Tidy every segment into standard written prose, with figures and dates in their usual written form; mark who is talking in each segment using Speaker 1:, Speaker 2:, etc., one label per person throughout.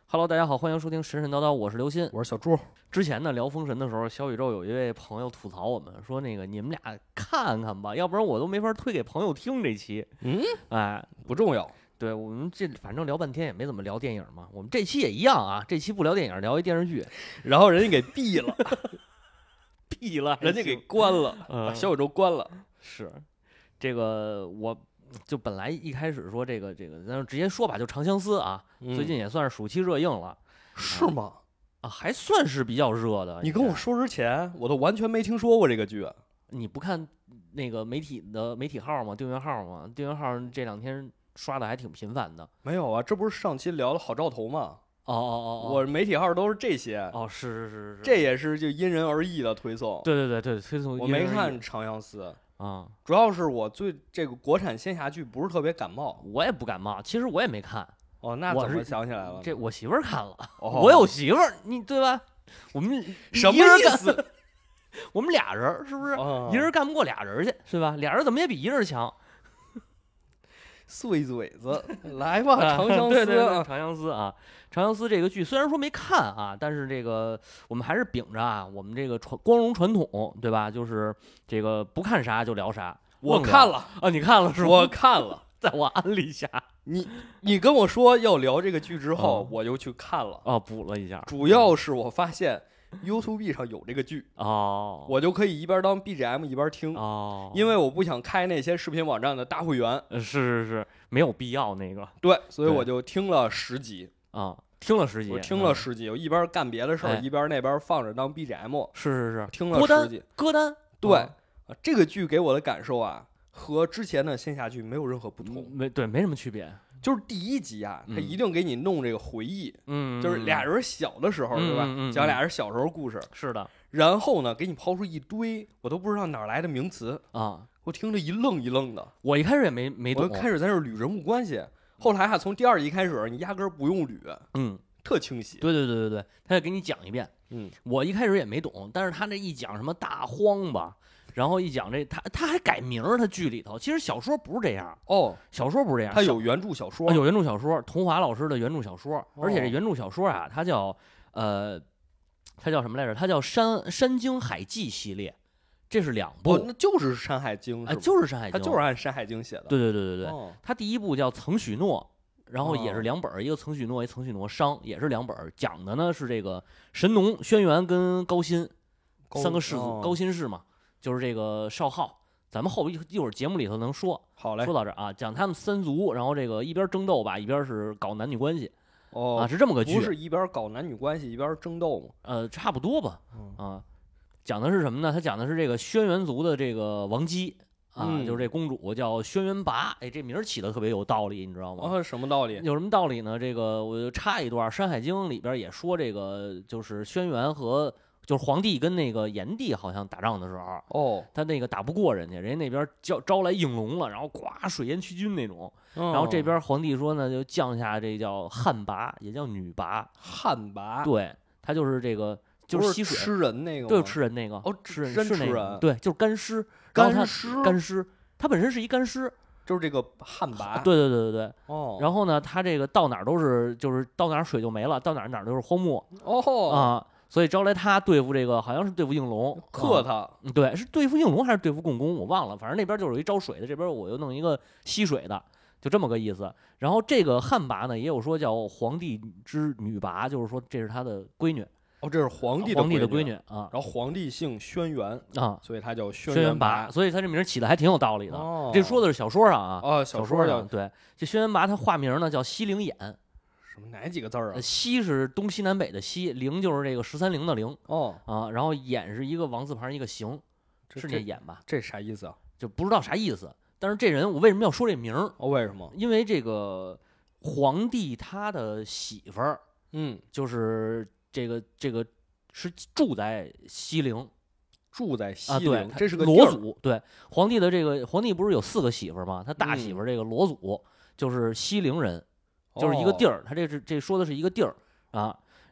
Speaker 1: Hello， 大家好，欢迎收听神神叨叨，我是刘鑫，
Speaker 2: 我是小朱。
Speaker 1: 之前呢聊封神的时候，小宇宙有一位朋友吐槽我们说，那个你们俩看看吧，要不然我都没法推给朋友听这期。哎，
Speaker 2: 不重要。
Speaker 1: 对我们这反正聊半天也没怎么聊电影嘛，我们这期也一样啊，这期不聊电影，聊一电视剧，
Speaker 2: 然后人家给毙了，
Speaker 1: 毙了，
Speaker 2: 人家给关了，把小宇宙关了。
Speaker 1: 是，这个我就本来一开始说这个，咱就直接说吧，就《长相思》啊，最近也算是暑期热映了，
Speaker 2: 是吗？
Speaker 1: 啊，还算是比较热的。
Speaker 2: 你跟我说之前，我都完全没听说过这个剧。
Speaker 1: 你不看那个媒体号吗？订阅号吗？订阅号这两天刷的还挺频繁的。
Speaker 2: 没有啊，这不是上期聊的好兆头吗？
Speaker 1: 哦，
Speaker 2: 我媒体号都是这些。
Speaker 1: 哦，是，
Speaker 2: 这也是就因人而异的推送。
Speaker 1: 对，推送。
Speaker 2: 我没看《长相思》
Speaker 1: 啊，
Speaker 2: 主要是我对这个国产仙侠剧不是特别感冒。
Speaker 1: 我也不感冒，其实我也没看。
Speaker 2: 哦，那怎么想起来了？
Speaker 1: 这我媳妇儿看了，
Speaker 2: 哦、
Speaker 1: 我有媳妇儿，你对吧？我们
Speaker 2: 什么意思？
Speaker 1: 我们俩人是不是？
Speaker 2: 哦、
Speaker 1: 一人干不过俩人去，是吧？俩人怎么也比一人强。
Speaker 2: 碎嘴子，来吧，长相思，
Speaker 1: 对，长相思啊，长相思这个剧虽然说没看啊，但是这个我们还是秉着啊，我们这个光荣传统，对吧？就是这个不看啥就聊啥。
Speaker 2: 我看了
Speaker 1: 啊，你看了是吧？
Speaker 2: 我看了，
Speaker 1: 在我安利下，
Speaker 2: 你跟我说要聊这个剧之后，我就去看了
Speaker 1: 啊，补了一下。
Speaker 2: 主要是我发现 YouTube 上有这个剧
Speaker 1: 哦，
Speaker 2: 我就可以一边当 BGM 一边听
Speaker 1: 哦，
Speaker 2: 因为我不想开那些视频网站的大会员。
Speaker 1: 是，没有必要那个。
Speaker 2: 对，所以我就听了10集
Speaker 1: 啊，听了10集，
Speaker 2: 我听了10集，我一边干别的事儿，一边那边放着当 BGM。
Speaker 1: 是，
Speaker 2: 听了10集
Speaker 1: 歌单。
Speaker 2: 对，这个剧给我的感受啊，和之前的仙侠剧没有任何不同，
Speaker 1: 没什么区别。
Speaker 2: 就是第一集啊，他一定给你弄这个回忆，就是俩人小的时候，对吧？讲俩人小时候故事，
Speaker 1: 是的。
Speaker 2: 然后呢，给你抛出一堆我都不知道哪来的名词
Speaker 1: 啊，
Speaker 2: 我听着一愣一愣的。
Speaker 1: 我一开始也没懂，
Speaker 2: 我开始在这捋人物关系，后来啊，从第2集开始，你压根儿不用捋，特清晰。
Speaker 1: 对，他就给你讲一遍。我一开始也没懂，但是他这一讲什么大荒吧。然后一讲这他还改名儿，他剧里头其实小说不是这样
Speaker 2: 哦，
Speaker 1: 小说不是这样，
Speaker 2: 他有原著小说，
Speaker 1: 有原著小说，童华老师的原著小说，而且这原著小说啊，它叫什么来着？它叫山经海记系列，这是2部，
Speaker 2: 那就是山海经，
Speaker 1: 就是山海经，
Speaker 2: 它就是按山海经写的。
Speaker 1: 对，它第一部叫曾许诺，然后也是2本，一个曾许诺，一个曾许诺商，也是2本，讲的呢是这个神农、轩辕跟高辛3个世子，高辛氏嘛。就是这个少昊，咱们一会儿节目里头能说。
Speaker 2: 好嘞，
Speaker 1: 说到这儿啊，讲他们3族，然后这个一边争斗吧，一边是搞男女关系。
Speaker 2: 哦，
Speaker 1: 是这么个剧，
Speaker 2: 不是一边搞男女关系一边争斗吗？
Speaker 1: 差不多吧。讲的是什么呢？他讲的是这个轩辕族的这个王姬啊，就是这公主叫轩辕拔。哎，这名起的特别有道理，你知道吗？
Speaker 2: 什么道理？
Speaker 1: 有什么道理呢？这个我就插一段，《山海经》里边也说，这个就是轩辕和。就是皇帝跟那个炎帝好像打仗的时候，他那个打不过人家那边招来应龙了，然后咵水淹曲军那种，然后这边皇帝说呢，就降下这叫旱魃，也叫女魃。
Speaker 2: 旱魃，
Speaker 1: 对，他就是这个就是吸水
Speaker 2: 吃人那个，
Speaker 1: 对，吃人那个，
Speaker 2: 吃人
Speaker 1: 是那个，对，就是干尸，干尸，他本身是一干尸。
Speaker 2: 就是这个旱魃，
Speaker 1: 对，然后呢，他这个到哪儿都是，就是到哪儿水就没了，到哪儿都是荒漠，所以招来他对付这个，好像是对付应龙，
Speaker 2: 克他，
Speaker 1: 对，是对付应龙还是对付共工，我忘了，反正那边就有一招水的，这边我又弄一个吸水的，就这么个意思。然后这个旱魃呢，也有说叫皇帝之女魃，就是说这是他的闺女。
Speaker 2: 这是皇帝的
Speaker 1: 闺女啊。
Speaker 2: 然后皇帝姓轩辕
Speaker 1: 啊，
Speaker 2: 所以他叫轩
Speaker 1: 辕
Speaker 2: 拔，
Speaker 1: 所以他这名起的还挺有道理的。这说的是小说上啊，
Speaker 2: 小说
Speaker 1: 上对。这轩辕拔他化名呢叫西陵衍。
Speaker 2: 什么哪几个字啊？
Speaker 1: 西是东西南北的西，陵就是这个13陵的陵。然后衍是一个王字旁一个行，是那衍吧？
Speaker 2: 这啥意思啊？
Speaker 1: 就不知道啥意思。但是这人我为什么要说这名儿？
Speaker 2: 为什么？
Speaker 1: 因为这个皇帝他的媳妇儿，就是这个是住在西陵，
Speaker 2: 对，这是个
Speaker 1: 罗祖。对，皇帝不是有4个媳妇儿吗？他大媳妇儿这个罗祖就是西陵人。就是一个地儿，他这说的是一个地儿啊。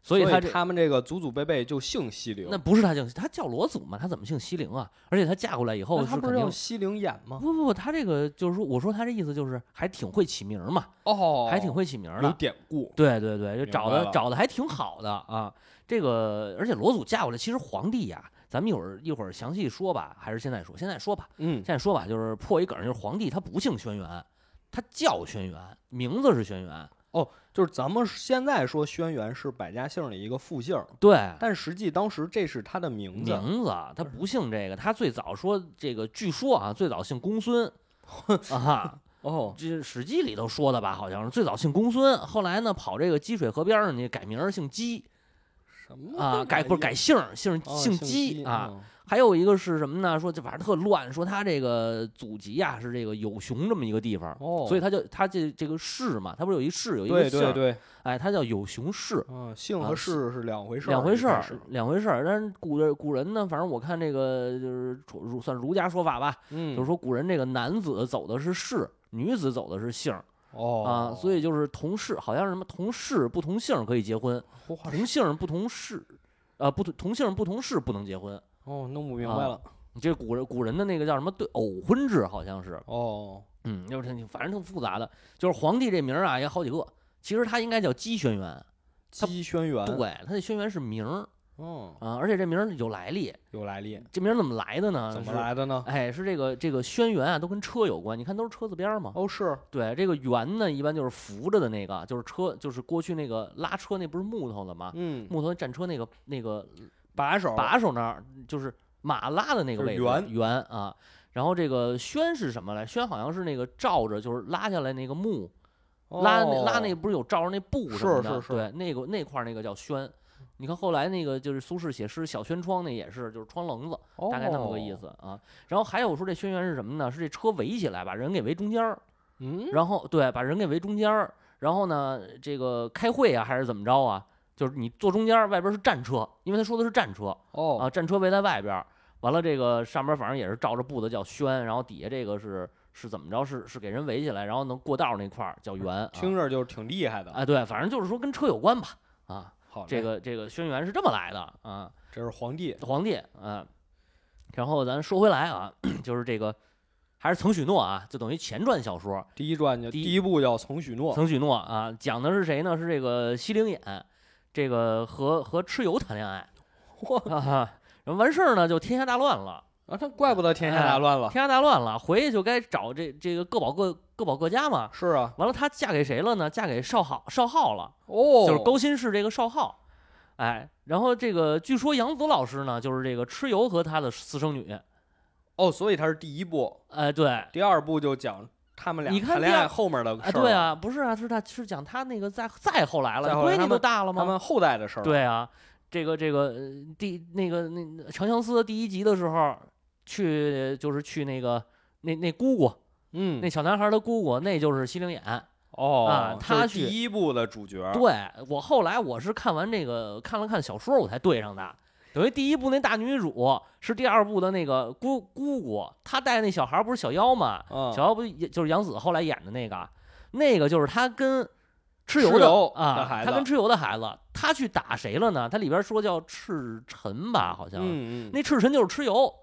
Speaker 1: 所以
Speaker 2: 他们这个祖祖辈辈就姓西陵。
Speaker 1: 那不是他姓，他叫罗祖嘛，他怎么姓西陵啊？而且他嫁过来以后
Speaker 2: 他不是叫西陵衍吗？
Speaker 1: 不，他这个就是说，我说他这意思就是还挺会起名嘛，还挺会起名的，
Speaker 2: 有典故。
Speaker 1: 对，就找的还挺好的啊。这个而且罗祖嫁过来，其实皇帝呀，咱们一会儿详细说吧，还是现在说？现在说吧，现在说吧，就是破一梗，就是皇帝他不姓轩辕，他叫轩辕，名字是轩辕。
Speaker 2: 就是咱们现在说轩辕是百家姓的一个复姓，
Speaker 1: 对，
Speaker 2: 但实际当时这是他的名字，
Speaker 1: 他不姓这个，他最早说这个，据说啊，最早姓公孙，啊，这《史记》里头说的吧，好像是最早姓公孙，后来呢跑这个积水河边上去改名姓姬，
Speaker 2: 什么
Speaker 1: 啊？改姓姬啊。还有一个是什么呢？说这反正特乱，说他这个祖籍啊是这个有熊这么一个地方，所以他这个氏嘛，他不是有一氏有一个姓，
Speaker 2: 对，
Speaker 1: 哎，他叫有熊氏。
Speaker 2: 姓和氏是两回事，
Speaker 1: 两回事。但是古人呢，反正我看这个就是算儒家说法吧，就是说古人这个男子走的是氏，女子走的是姓。所以就是同氏，好像是什么同氏不同姓可以结婚，同姓不同氏，同姓不同氏不能结婚。
Speaker 2: 弄不明白了。
Speaker 1: 这古人的那个叫什么对偶婚制，好像是。
Speaker 2: 就是
Speaker 1: 反正挺复杂的。就是皇帝这名啊也好几个，其实他应该叫姬轩辕。
Speaker 2: 姬轩辕。
Speaker 1: 对，他的轩辕是名儿。而且这名儿有来历。这名儿怎么来的呢？
Speaker 2: 怎么来的呢？
Speaker 1: 哎，是这个轩辕啊，都跟车有关。你看都是车字边吗？
Speaker 2: 是。
Speaker 1: 对，这个辕呢，一般就是扶着的那个，就是车，就是过去那个拉车那不是木头的吗？木头战车那个。把手那儿就是马拉的那个位置，辕啊。然后这个轩是什么来？轩好像是那个罩着，就是拉下来那个木，拉那个不是有罩着那布什么的？
Speaker 2: 是。
Speaker 1: 对，那块那个叫轩。你看后来那个就是苏轼写诗小轩窗，那也是就是窗棱子，大概那么个意思啊。然后还有说这轩辕是什么呢？是这车围起来，把人给围中间儿。然后对，把人给围中间儿。然后呢，这个开会啊，还是怎么着啊？就是你坐中间，外边是战车，因为他说的是战车。战车围在外边，完了这个上边反正也是罩着布的叫轩，然后底下这个是怎么着？是给人围起来，然后能过道那块叫辕。
Speaker 2: 听着就是挺厉害的。
Speaker 1: 哎，对，反正就是说跟车有关吧。
Speaker 2: 好，
Speaker 1: 这个轩辕是这么来的啊。
Speaker 2: 这是皇帝
Speaker 1: 啊。然后咱说回来啊，就是这个还是曾许诺啊，就等于前传小说。
Speaker 2: 第一部叫曾许诺
Speaker 1: 啊，讲的是谁呢？是这个西陵衍。这个和蚩尤谈恋爱，然后完事儿呢，就天下大乱了
Speaker 2: 啊！他怪不得天下大乱了，
Speaker 1: 天下大乱了，回去就该找这个各保各家嘛。
Speaker 2: 是啊，
Speaker 1: 完了，她嫁给谁了呢？嫁给少昊了。就是高辛氏这个少昊。哎，然后这个据说杨子老师呢，就是这个蚩尤和他的私生女。
Speaker 2: 所以他是第一部。
Speaker 1: 对，
Speaker 2: 第二部就讲他们俩谈恋爱后面的事儿。
Speaker 1: 对啊，不是啊，是讲他那个再后来了，闺女都大了吗？
Speaker 2: 他们后代的事儿。
Speaker 1: 对啊，这个那长相思第一集的时候，就是去那个那姑姑，那小男孩的姑姑，那就是西陵衍。他
Speaker 2: 是第一部的主角。
Speaker 1: 对，我后来我是看完这个看了小说，我才对上的。等于第一部那大女主是第二部的那个姑姑，她带那小孩不是小妖吗？小妖不就是杨紫后来演的那个就是她跟蚩尤的
Speaker 2: 孩
Speaker 1: 子，她跟蚩尤的孩子，她去打谁了呢？她里边说叫赤臣吧，好像，那赤臣就是蚩尤。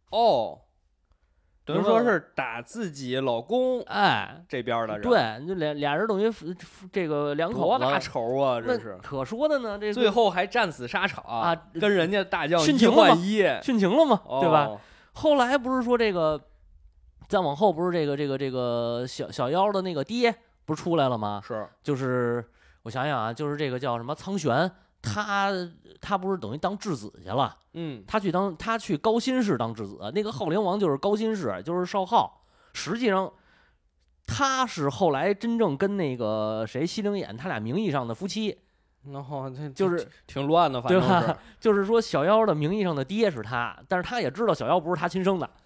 Speaker 2: 等于说是打自己老公这边的人。
Speaker 1: 对，就俩人等于这个两口子
Speaker 2: 多大仇啊！这是
Speaker 1: 可说的呢。这
Speaker 2: 最后还战死沙场
Speaker 1: 啊，
Speaker 2: 跟人家大将
Speaker 1: 殉情了吗？
Speaker 2: 殉
Speaker 1: 情了吗？对吧？后来不是说这个，再往后不是这个小妖的那个爹不是出来了吗？
Speaker 2: 是，
Speaker 1: 就是我想想啊，就是这个叫什么苍玄。他不是等于当质子去了？他去高辛氏当质子，那个昊灵王就是高辛氏，就是少昊。实际上，他是后来真正跟那个西陵衍他俩名义上的夫妻。就是
Speaker 2: 挺乱的，反正
Speaker 1: 对吧？就是说小妖的名义上的爹是他，但是他也知道小妖不是他亲生的。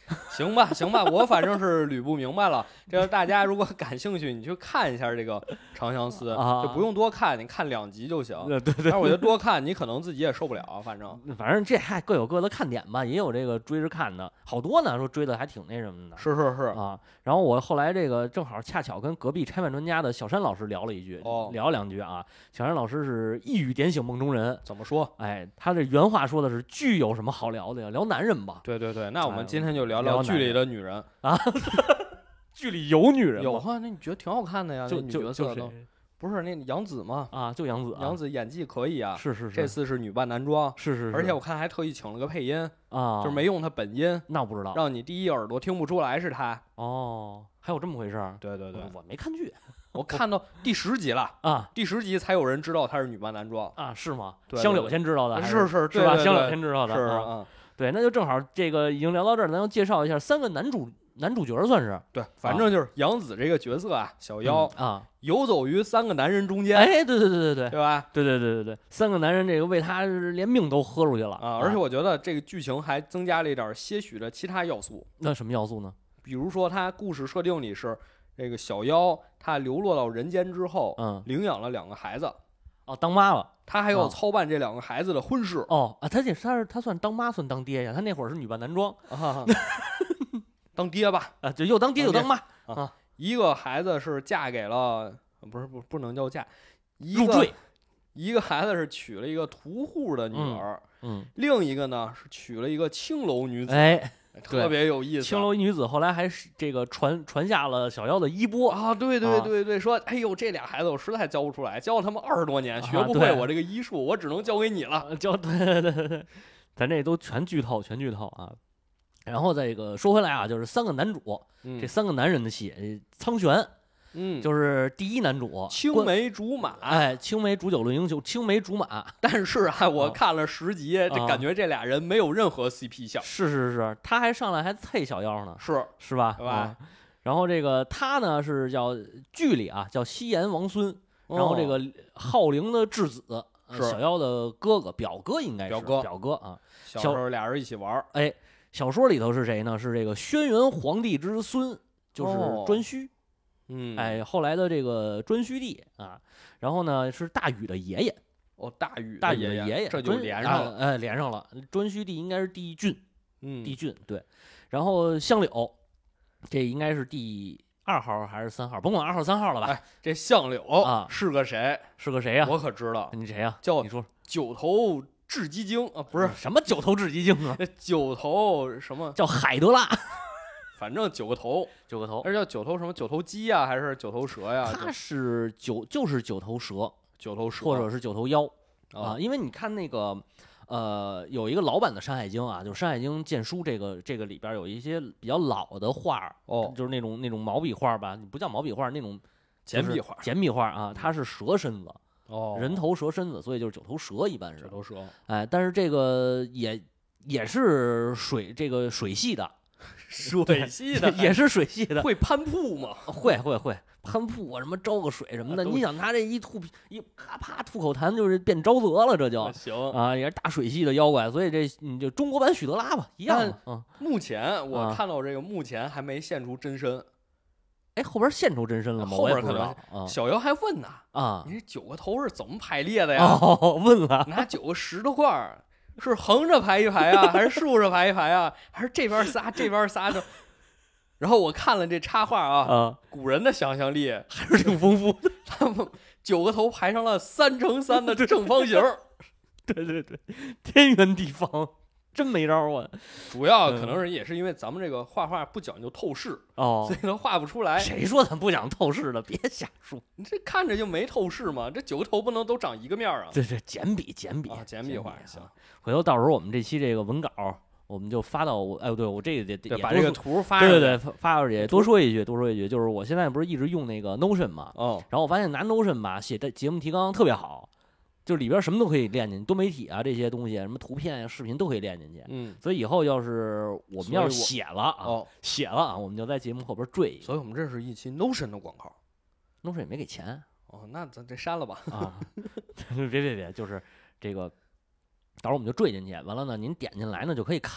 Speaker 2: 行吧，行吧，我反正是捋不明白了。这个大家如果感兴趣，你去看一下这个《长相思》，就不用多看，你看2集就行。
Speaker 1: 对。
Speaker 2: 但是我觉得多看，你可能自己也受不了。反正
Speaker 1: 这还各有各的看点吧，也有这个追着看的，好多呢，说追的还挺那什么的。
Speaker 2: 是
Speaker 1: 啊。然后我后来这个正好恰巧跟隔壁拆漫专家的小山老师聊了一句，聊2句啊。小山老师是一语点醒梦中人，
Speaker 2: 怎么说？
Speaker 1: 哎，他这原话说的是剧有什么好聊的呀？聊男人吧。
Speaker 2: 对，那我们今天就聊聊剧里的女人
Speaker 1: 啊。剧里有女人吗？
Speaker 2: 有啊，那你觉得挺好看的呀？
Speaker 1: 就
Speaker 2: 女角色都不是那杨紫吗？
Speaker 1: 啊，就杨紫，
Speaker 2: 杨紫演技可以啊，
Speaker 1: 是。
Speaker 2: 这次是女扮男装，
Speaker 1: 是。
Speaker 2: 而且我看还特意请了个配音
Speaker 1: 啊，
Speaker 2: 就是没用她本音，
Speaker 1: 那我不知道，
Speaker 2: 让你第一耳朵听不出来是她。
Speaker 1: 哦，还有这么回事？
Speaker 2: 对，
Speaker 1: 我没看剧，
Speaker 2: 我看到第10集了
Speaker 1: 啊，
Speaker 2: 第10集才有人知道她是女扮男装
Speaker 1: 啊？是吗？
Speaker 2: 对，
Speaker 1: 香柳先知道的，
Speaker 2: 是
Speaker 1: 吧？香柳先知道的，
Speaker 2: 是啊。
Speaker 1: 对，那就正好这个已经聊到这儿，咱要介绍一下3个男主角，算是
Speaker 2: 对，反正就是杨紫这个角色啊，小妖
Speaker 1: 啊，
Speaker 2: 游走于3个男人中间。
Speaker 1: 哎，对，
Speaker 2: 对吧？
Speaker 1: 对，3个男人这个为他连命都喝出去了
Speaker 2: 啊！而且我觉得这个剧情还增加了一点些许的其他要素。
Speaker 1: 那什么要素呢？
Speaker 2: 比如说，他故事设定里是这个小妖，他流落到人间之后，领养了2个孩子。
Speaker 1: 哦，当妈了。
Speaker 2: 他还要操办这2个孩子的婚事。
Speaker 1: 他算当妈算当爹呀？他那会儿是女扮男装
Speaker 2: 啊。当爹吧，
Speaker 1: 啊，就又当爹又当妈
Speaker 2: 啊。一个孩子是嫁给了，不能叫嫁，
Speaker 1: 入赘。
Speaker 2: 一个孩子是娶了一个屠户的女儿，另一个呢是娶了一个青楼女子，
Speaker 1: 哎，
Speaker 2: 特别有意思。
Speaker 1: 青楼女子后来还是这个传下了小妖的衣钵
Speaker 2: 啊，对，说哎呦这俩孩子我实在教不出来，教他们20多年学不会我这个医术，我只能交给你了。
Speaker 1: 对，咱这都全剧透啊。然后这个说回来啊，就是3个男主，这3个男人的戏，苍玄，就是第一男主，
Speaker 2: 青梅竹马，
Speaker 1: 哎，青梅煮酒论英雄，青梅竹马。
Speaker 2: 但是啊，我看了10集，这感觉这俩人没有任何 CP 项。
Speaker 1: 是，他还上来还啐小妖呢，是吧？然后这个他呢是叫剧里啊叫西岩王孙，然后这个浩灵的质子，小妖的哥哥，表哥应该是表哥啊。
Speaker 2: 小时候俩人一起玩，
Speaker 1: 哎。小说里头是谁呢？是这个轩辕皇帝之孙，就是颛顼。哎，后来的这个颛顼帝啊，然后呢是大禹的爷爷。
Speaker 2: 大禹
Speaker 1: 的
Speaker 2: 爷
Speaker 1: 爷，
Speaker 2: 这就连上了。
Speaker 1: 哎，连上了。颛顼帝应该是帝俊，帝俊对。然后相柳，这应该是第2号还是3号？甭管2号3号了吧。
Speaker 2: 哎，这相柳
Speaker 1: 啊
Speaker 2: 是个谁？
Speaker 1: 是个谁呀？
Speaker 2: 我可知道。
Speaker 1: 你谁呀？
Speaker 2: 叫
Speaker 1: 你说。
Speaker 2: 九头雉鸡精啊，不是
Speaker 1: 什么九头雉鸡精啊？
Speaker 2: 九头什么？
Speaker 1: 叫海德拉。
Speaker 2: 反正9个头，那叫9头什么9头鸡呀，还是9头蛇呀？
Speaker 1: 它是就是9头蛇
Speaker 2: ，9头蛇，
Speaker 1: 或者是9头妖啊。因为你看那个有一个老版的《山海经》啊，就是《山海经剑书》这个里边有一些比较老的画就是那种毛笔画吧，不叫毛笔画，那种
Speaker 2: 简
Speaker 1: 笔画啊，它是蛇身子。人头蛇身子，所以就是9头蛇，一般是
Speaker 2: 9头蛇。
Speaker 1: 哎，但是这个也是这个水系的，也是水系的，
Speaker 2: 会攀附吗？
Speaker 1: 会攀附啊，什么招个水什么的。你想他这一啪啪吐口痰，就是变沼泽了，这就
Speaker 2: 行
Speaker 1: 啊，也是大水系的妖怪，所以你就中国版许德拉吧，一样。
Speaker 2: 目前我看到这个，目前还没现出真身。
Speaker 1: 哎，后边现出真身了吗？
Speaker 2: 后边
Speaker 1: 可能
Speaker 2: 小妖还问呢
Speaker 1: 啊，
Speaker 2: 你这9个头是怎么排列的呀？
Speaker 1: 问了，
Speaker 2: 拿9个石头块是横着排一排啊，还是竖着排一排啊？还是这边仨这边仨？然后我看了这插画啊，古人的想象力
Speaker 1: 还是挺丰富的。
Speaker 2: 他们9个头排成了3×3的正方形。
Speaker 1: 对，天圆地方。真没招啊！
Speaker 2: 主要可能也是因为咱们这个画画不讲究透视所以它画不出来。
Speaker 1: 谁说咱不讲透视的？别瞎说！
Speaker 2: 你这看着就没透视嘛？这9个头不能都长一个面啊？
Speaker 1: 对，简笔
Speaker 2: 画行。
Speaker 1: 回头到时候我们这期这个文稿，我们就发到我。哎，对我这个也
Speaker 2: 把这个图发
Speaker 1: 上。对，发上去。多说一句，就是我现在不是一直用那个 Notion 嘛？然后我发现拿 Notion 吧写的节目提纲特别好。就里边什么都可以练进去，多媒体啊这些东西，什么图片呀、视频都可以练进去。所以以后要是我们要是写了啊，我们就在节目后边缀一个。
Speaker 2: 所以我们这是一期 Notion 的广告
Speaker 1: ，Notion 也没给钱。
Speaker 2: 那咱这删了吧。
Speaker 1: 啊，别，就是这个，到时候我们就缀进去。完了呢，您点进来呢就可以看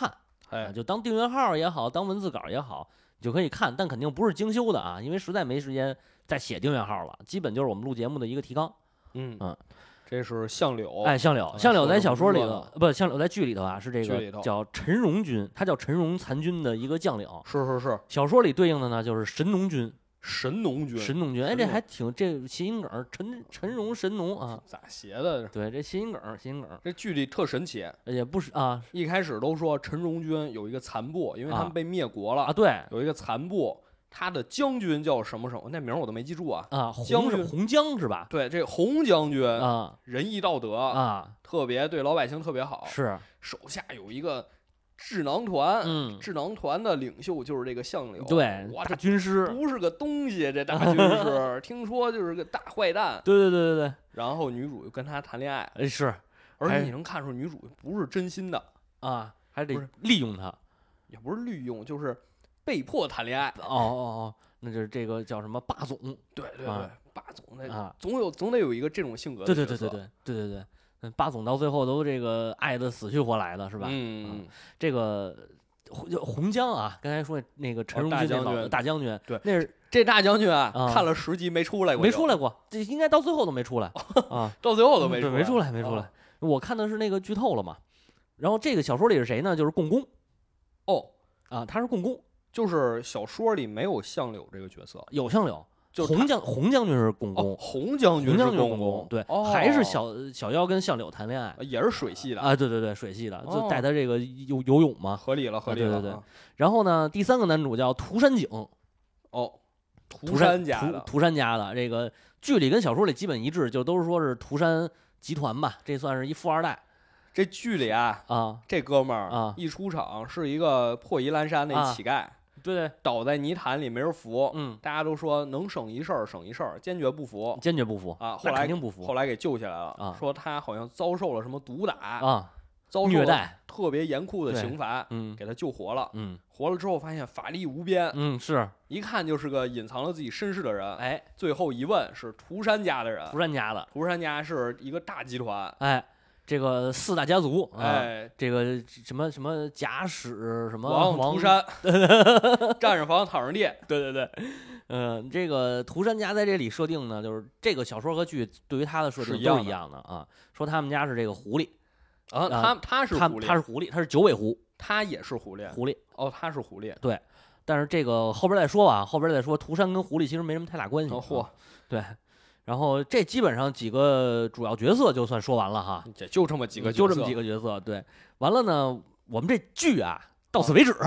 Speaker 1: 就当订阅号也好，当文字稿也好，你就可以看，但肯定不是精修的啊，因为实在没时间再写订阅号了，基本就是我们录节目的一个提纲。
Speaker 2: 这是相柳，
Speaker 1: 相柳在小说里头不，相柳在剧里头啊是这个叫陈荣军，他叫陈荣残军的一个将领。
Speaker 2: 是。
Speaker 1: 小说里对应的呢就是神农军。
Speaker 2: 神农军，
Speaker 1: 哎，这还挺这谐音梗，陈荣神农啊，
Speaker 2: 咋写的？
Speaker 1: 对，这谐音梗，
Speaker 2: 这剧里特神奇，
Speaker 1: 也不是啊。
Speaker 2: 一开始都说陈荣军有一个残部，因为他们被灭国了
Speaker 1: 啊，对，
Speaker 2: 有一个残部，他的将军叫什么什么，那名我都没记住啊。
Speaker 1: 将军洪江是吧？
Speaker 2: 对，这洪将军
Speaker 1: 啊，
Speaker 2: 仁义道德
Speaker 1: 啊，
Speaker 2: 特别对老百姓特别好，
Speaker 1: 是
Speaker 2: 手下有一个。智囊团，智囊团的领袖就是这个相柳，
Speaker 1: 对，
Speaker 2: 哇，
Speaker 1: 大军师
Speaker 2: 不是个东西，这大军师听说就是个大坏蛋，
Speaker 1: 对。
Speaker 2: 然后女主又跟他谈恋爱，
Speaker 1: 是，
Speaker 2: 而且你能看出女主不是真心的
Speaker 1: 啊，还得利用他，
Speaker 2: 也不是利用，就是被迫谈恋爱。
Speaker 1: 哦，那就是这个叫什么霸总？
Speaker 2: 对，霸总的总得有一个这种性格的角色。
Speaker 1: 对。霸总到最后都这个爱的死去活来的是吧？这个洪江啊，刚才说那个陈荣军大将军，
Speaker 2: 对，
Speaker 1: 那是
Speaker 2: 这大将军啊，看了10集没出来
Speaker 1: 过，这应该到最后都没出来啊，
Speaker 2: 到最后都没
Speaker 1: 出来。我看的是那个剧透了嘛，然后这个小说里是谁呢？就是共工。他是共工，
Speaker 2: 就是小说里没有相柳这个角色，
Speaker 1: 有相柳。洪将军是共工，
Speaker 2: 洪将军是共工，
Speaker 1: 对，还是小妖跟相柳谈恋爱，
Speaker 2: 也是水系的
Speaker 1: 啊，对，水系的，就带他这个游泳嘛，
Speaker 2: 合理了，
Speaker 1: 对。然后呢，第3个男主叫涂山璟，
Speaker 2: 涂山
Speaker 1: 家的，这个剧里跟小说里基本一致，就都是说是涂山集团吧，这算是一富二代。
Speaker 2: 这剧里这哥们儿一出场是一个破衣烂衫的乞丐。
Speaker 1: 对，
Speaker 2: 倒在泥潭里没人扶，大家都说能省一事儿省一事儿，坚决不服啊！后来
Speaker 1: 肯定不服，
Speaker 2: 后来给救起来了
Speaker 1: 啊！
Speaker 2: 说他好像遭受了什么毒打
Speaker 1: 啊，
Speaker 2: 遭受
Speaker 1: 虐待，
Speaker 2: 特别严酷的刑罚，给他救活了，活了之后发现法力无边，
Speaker 1: 是
Speaker 2: 一看就是个隐藏了自己身世的人，
Speaker 1: 哎，
Speaker 2: 最后一问是涂山家的人，
Speaker 1: 涂山家
Speaker 2: 是一个大集团，
Speaker 1: 哎。这个4大家族，这个什么贾史什么
Speaker 2: 王涂山，站着房躺着地，
Speaker 1: 对，这个涂山家在这里设定呢，就是这个小说和剧对于他的设定都是一样的啊。说他们家是这个狐狸
Speaker 2: 他是狐
Speaker 1: 狸，他是九尾狐，
Speaker 2: 他也是狐狸他是狐狸，
Speaker 1: 对。但是这个后边再说吧，涂山跟狐狸其实没什么太大关系。对。然后这基本上几个主要角色就算说完了哈，
Speaker 2: 就这么几个
Speaker 1: 角色，对，完了呢，我们这剧啊到此为止，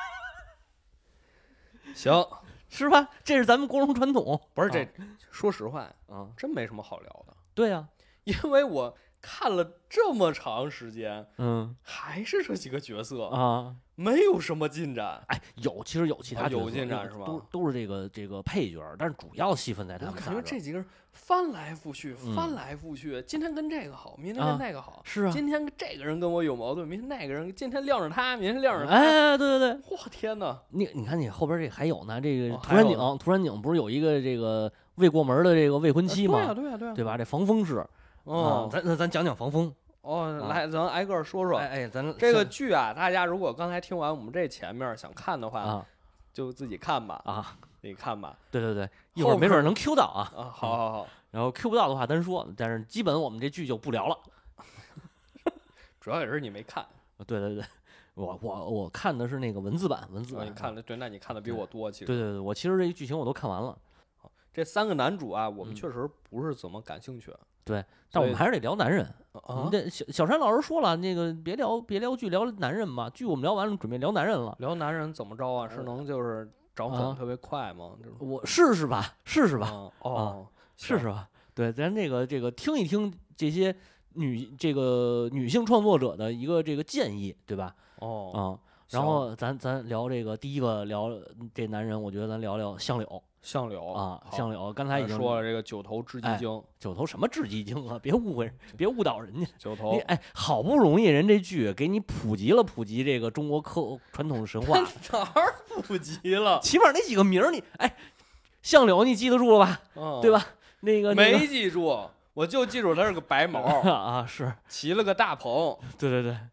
Speaker 2: 行，
Speaker 1: 是吧？这是咱们国中传统，
Speaker 2: 不是这，说实话真没什么好聊的。
Speaker 1: 对呀，
Speaker 2: 因为我看了这么长时间，还是这几个角色
Speaker 1: 啊。
Speaker 2: 没有什么进展，
Speaker 1: 其实有其他
Speaker 2: 有进展是吧？
Speaker 1: 都是这个配角，但是主要戏份在他们仨。
Speaker 2: 我感觉这几个人翻来覆去，今天跟这个好，明天跟那个好，
Speaker 1: 是啊。
Speaker 2: 今天这个人跟我有矛盾，明天那个人今天晾着他，明天晾着他。
Speaker 1: 哎，对，
Speaker 2: 哇天哪！
Speaker 1: 你看你后边这还有呢，这个涂山璟不是有一个这个未过门的这个未婚妻吗？对吧？这防风是咱讲房风。
Speaker 2: 来，咱挨个说说。
Speaker 1: 咱
Speaker 2: 这个剧啊，大家如果刚才听完我们这前面想看的话，就自己看吧。自己看吧。
Speaker 1: 对，一会儿没准能 Q 到啊。
Speaker 2: 好。
Speaker 1: 然后 Q 不到的话单说，但是基本我们这剧就不聊了。
Speaker 2: 主要也是你没看。
Speaker 1: 对，我看的是那个文字版。
Speaker 2: 你看的对，那你看的比我多，其实。
Speaker 1: 对，我其实这个剧情我都看完了。
Speaker 2: 这3个男主啊，我们确实不是怎么感兴趣。
Speaker 1: 对，但我们还是得聊男人。这小山老师说了，那个别聊剧，聊男人嘛。剧我们聊完了，准备聊男人了。
Speaker 2: 聊男人怎么着啊？是能就是涨粉特别快吗？
Speaker 1: 我试试吧。试试吧。对，咱这个听一听这些女性创作者的一个这个建议，对吧？然后咱聊这个第一个聊这男人，我觉得咱聊聊相柳。相柳，刚才已经
Speaker 2: 说了这个九头雉鸡精，
Speaker 1: 九头什么雉鸡精啊？别误会，别误导人家。
Speaker 2: 九头，
Speaker 1: 好不容易人这剧给你普及这个中国传统神话，
Speaker 2: 哪儿普及了？
Speaker 1: 起码那几个名儿相柳你记得住了吧？对吧？那个
Speaker 2: 没记住，我就记住他是个白毛
Speaker 1: 是
Speaker 2: 骑了个大棚。
Speaker 1: 对，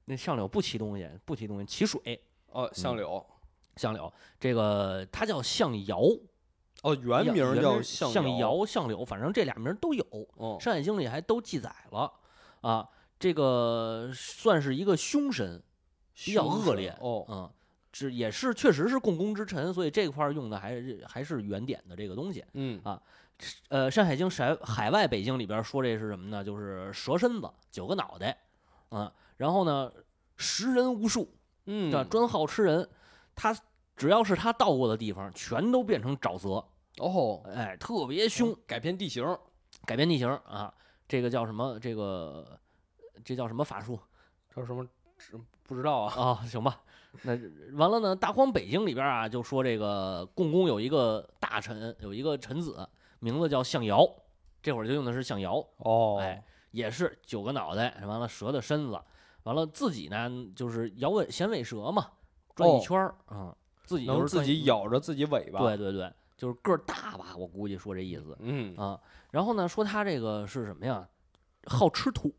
Speaker 1: 那相柳不骑东西，骑水。
Speaker 2: 相柳，
Speaker 1: 这个它叫象瑶。
Speaker 2: 原名叫
Speaker 1: 象瑶、象柳，反正这俩名都有。山海经》里还都记载了啊。这个算是一个凶神，比较恶劣。这也是确实是共工之臣，所以这块用的还是原点的这个东西。《山海经》海外北经里边说这是什么呢？就是蛇身子，9个脑袋，然后呢，食人无数，专好吃人。他只要是他到过的地方，全都变成沼泽。特别凶，
Speaker 2: 改变地形
Speaker 1: 啊！这个叫什么？这叫什么法术？
Speaker 2: 叫什么？不知道啊。
Speaker 1: 行吧。那完了呢？大荒北经里边啊，就说这个共工有一个大臣，有一个臣子，名字叫象瑶。这会儿就用的是象瑶。也是9个脑袋，完了蛇的身子，完了自己呢就是衔尾蛇嘛，转一圈自己
Speaker 2: 能自己咬着自己尾巴。
Speaker 1: 对，就是个儿大吧，我估计说这意思。然后呢，说他这个是什么呀？好吃土，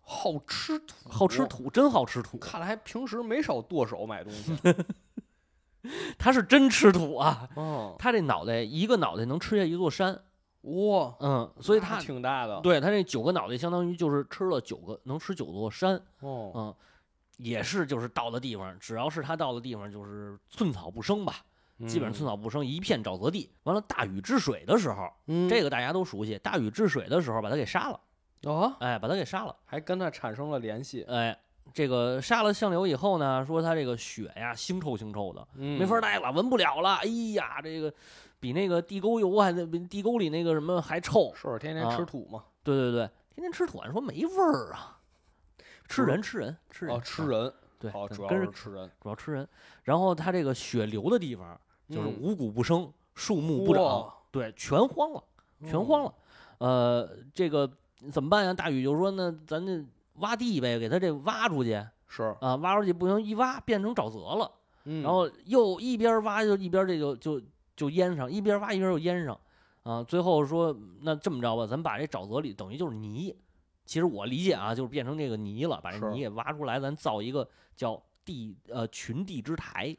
Speaker 1: 真好吃土。
Speaker 2: 看来平时没少剁手买东西。
Speaker 1: 他是真吃土啊！他这一个脑袋能吃下一座山。所以他
Speaker 2: 挺大的。
Speaker 1: 对，他这9个脑袋相当于就是能吃9座山。也是就是到的地方，只要是他到的地方，就是寸草不生吧。基本上寸草不生，一片沼泽地。完了，大禹治水的时候，这个大家都熟悉。大禹治水的时候，把他给杀了。把他给杀了，
Speaker 2: 还跟他产生了联系。
Speaker 1: 这个杀了相柳以后呢，说他这个血呀腥臭的，没法待了，闻不了了。哎呀，这个比那个地沟油比地沟里那个什么还臭。
Speaker 2: 是天天吃土嘛？
Speaker 1: 对，天天吃土，按说没味儿啊。吃人。对，
Speaker 2: 主要是吃人。
Speaker 1: 然后他这个血流的地方就是五谷不生，树木不长，对，全荒了。这个怎么办呀？大禹就说呢，咱这挖地呗，给他这挖出去。挖出去不行，一挖变成沼泽了。然后又一边挖就一边这就淹上，一边挖一边又淹上。最后说那这么着吧，咱把这沼泽里等于就是泥。其实我理解啊，就是变成这个泥了，把这泥给挖出来，咱造一个叫群地之台。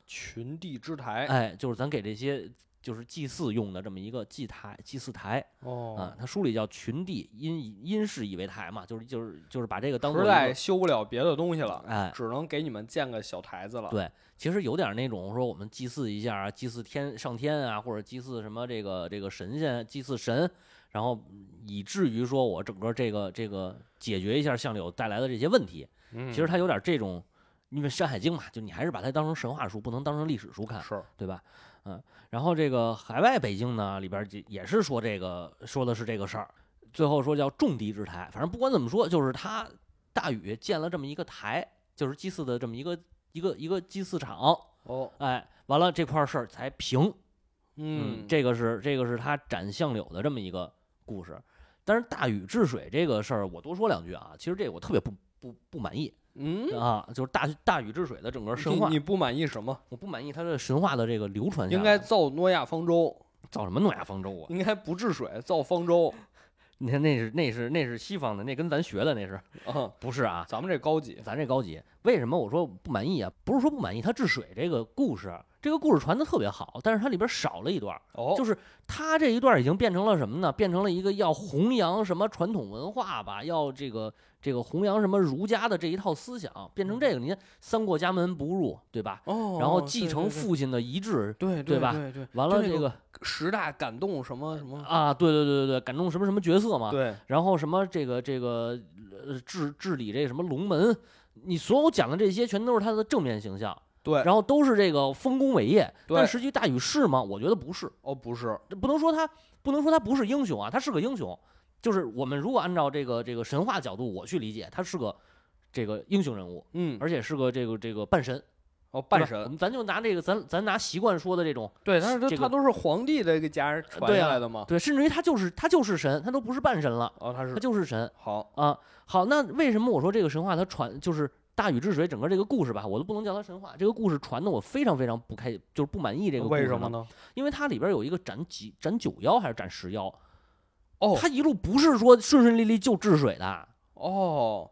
Speaker 1: 就是咱给这些就是祭祀用的这么一个祭祀台。他书里叫群地，因是以为台嘛，就是把这个当做
Speaker 2: 实在修不了别的东西了，只能给你们建个小台子了。
Speaker 1: 对，其实有点那种说我们祭祀一下，祭祀上天啊，或者祭祀什么这个神仙，祭祀神。然后以至于说我整个这个解决一下相柳带来的这些问题。其实它有点这种，因为《山海经》嘛，就你还是把它当成神话书，不能当成历史书看，对吧？然后这个海外北经呢里边也是说的是这个事儿，最后说叫种地之台。反正不管怎么说，就是他大禹建了这么一个台，就是祭祀的这么一个祭祀场。完了这块事儿才平。这个是他斩相柳的这么一个故事。但是大禹治水这个事儿，我多说两句啊。其实这个我特别不满意。就是大禹治水的整个神话。
Speaker 2: 你不满意什么？
Speaker 1: 我不满意他的神话的这个流传下来。
Speaker 2: 应该造诺亚方舟。
Speaker 1: 造什么诺亚方舟啊？
Speaker 2: 应该不治水，造方舟。
Speaker 1: 你看那是西方的，那跟咱学的那是。不是啊？
Speaker 2: 咱们这高级。
Speaker 1: 咱这高级。为什么我说不满意啊？不是说不满意他治水这个故事。这个故事传得特别好，但是它里边少了一段。就是它这一段已经变成了什么呢？变成了一个要弘扬什么传统文化吧，要这个弘扬什么儒家的这一套思想，变成这个。你看三过家门不入，对吧？然后继承父亲的遗志，
Speaker 2: 对
Speaker 1: 吧？完了这个
Speaker 2: 10大感动什么
Speaker 1: 啊？对，感动什么角色嘛？
Speaker 2: 对。
Speaker 1: 然后什么这个治理这什么龙门，你所有讲的这些全都是他的正面形象。
Speaker 2: 对，
Speaker 1: 然后都是这个丰功伟业，但实际大禹是吗？我觉得不是。
Speaker 2: 不是，
Speaker 1: 不能说他不是英雄啊，他是个英雄。就是我们如果按照这个神话角度我去理解，他是个这个英雄人物，而且是个这个半神。
Speaker 2: 半神，
Speaker 1: 咱就拿这个咱拿习惯说的这种，
Speaker 2: 对，他都是皇帝这个家传下来的嘛。
Speaker 1: 对，甚至于他就是神，他都不是半神了。他就是神。好，那为什么我说这个神话它传就是大禹治水整个这个故事吧，我都不能叫它神话。这个故事传的我非常非常就是不满意这个故事。
Speaker 2: 为什么呢？
Speaker 1: 因为它里边有一个斩9妖还是斩10妖。它一路不是说顺顺利利就治水的。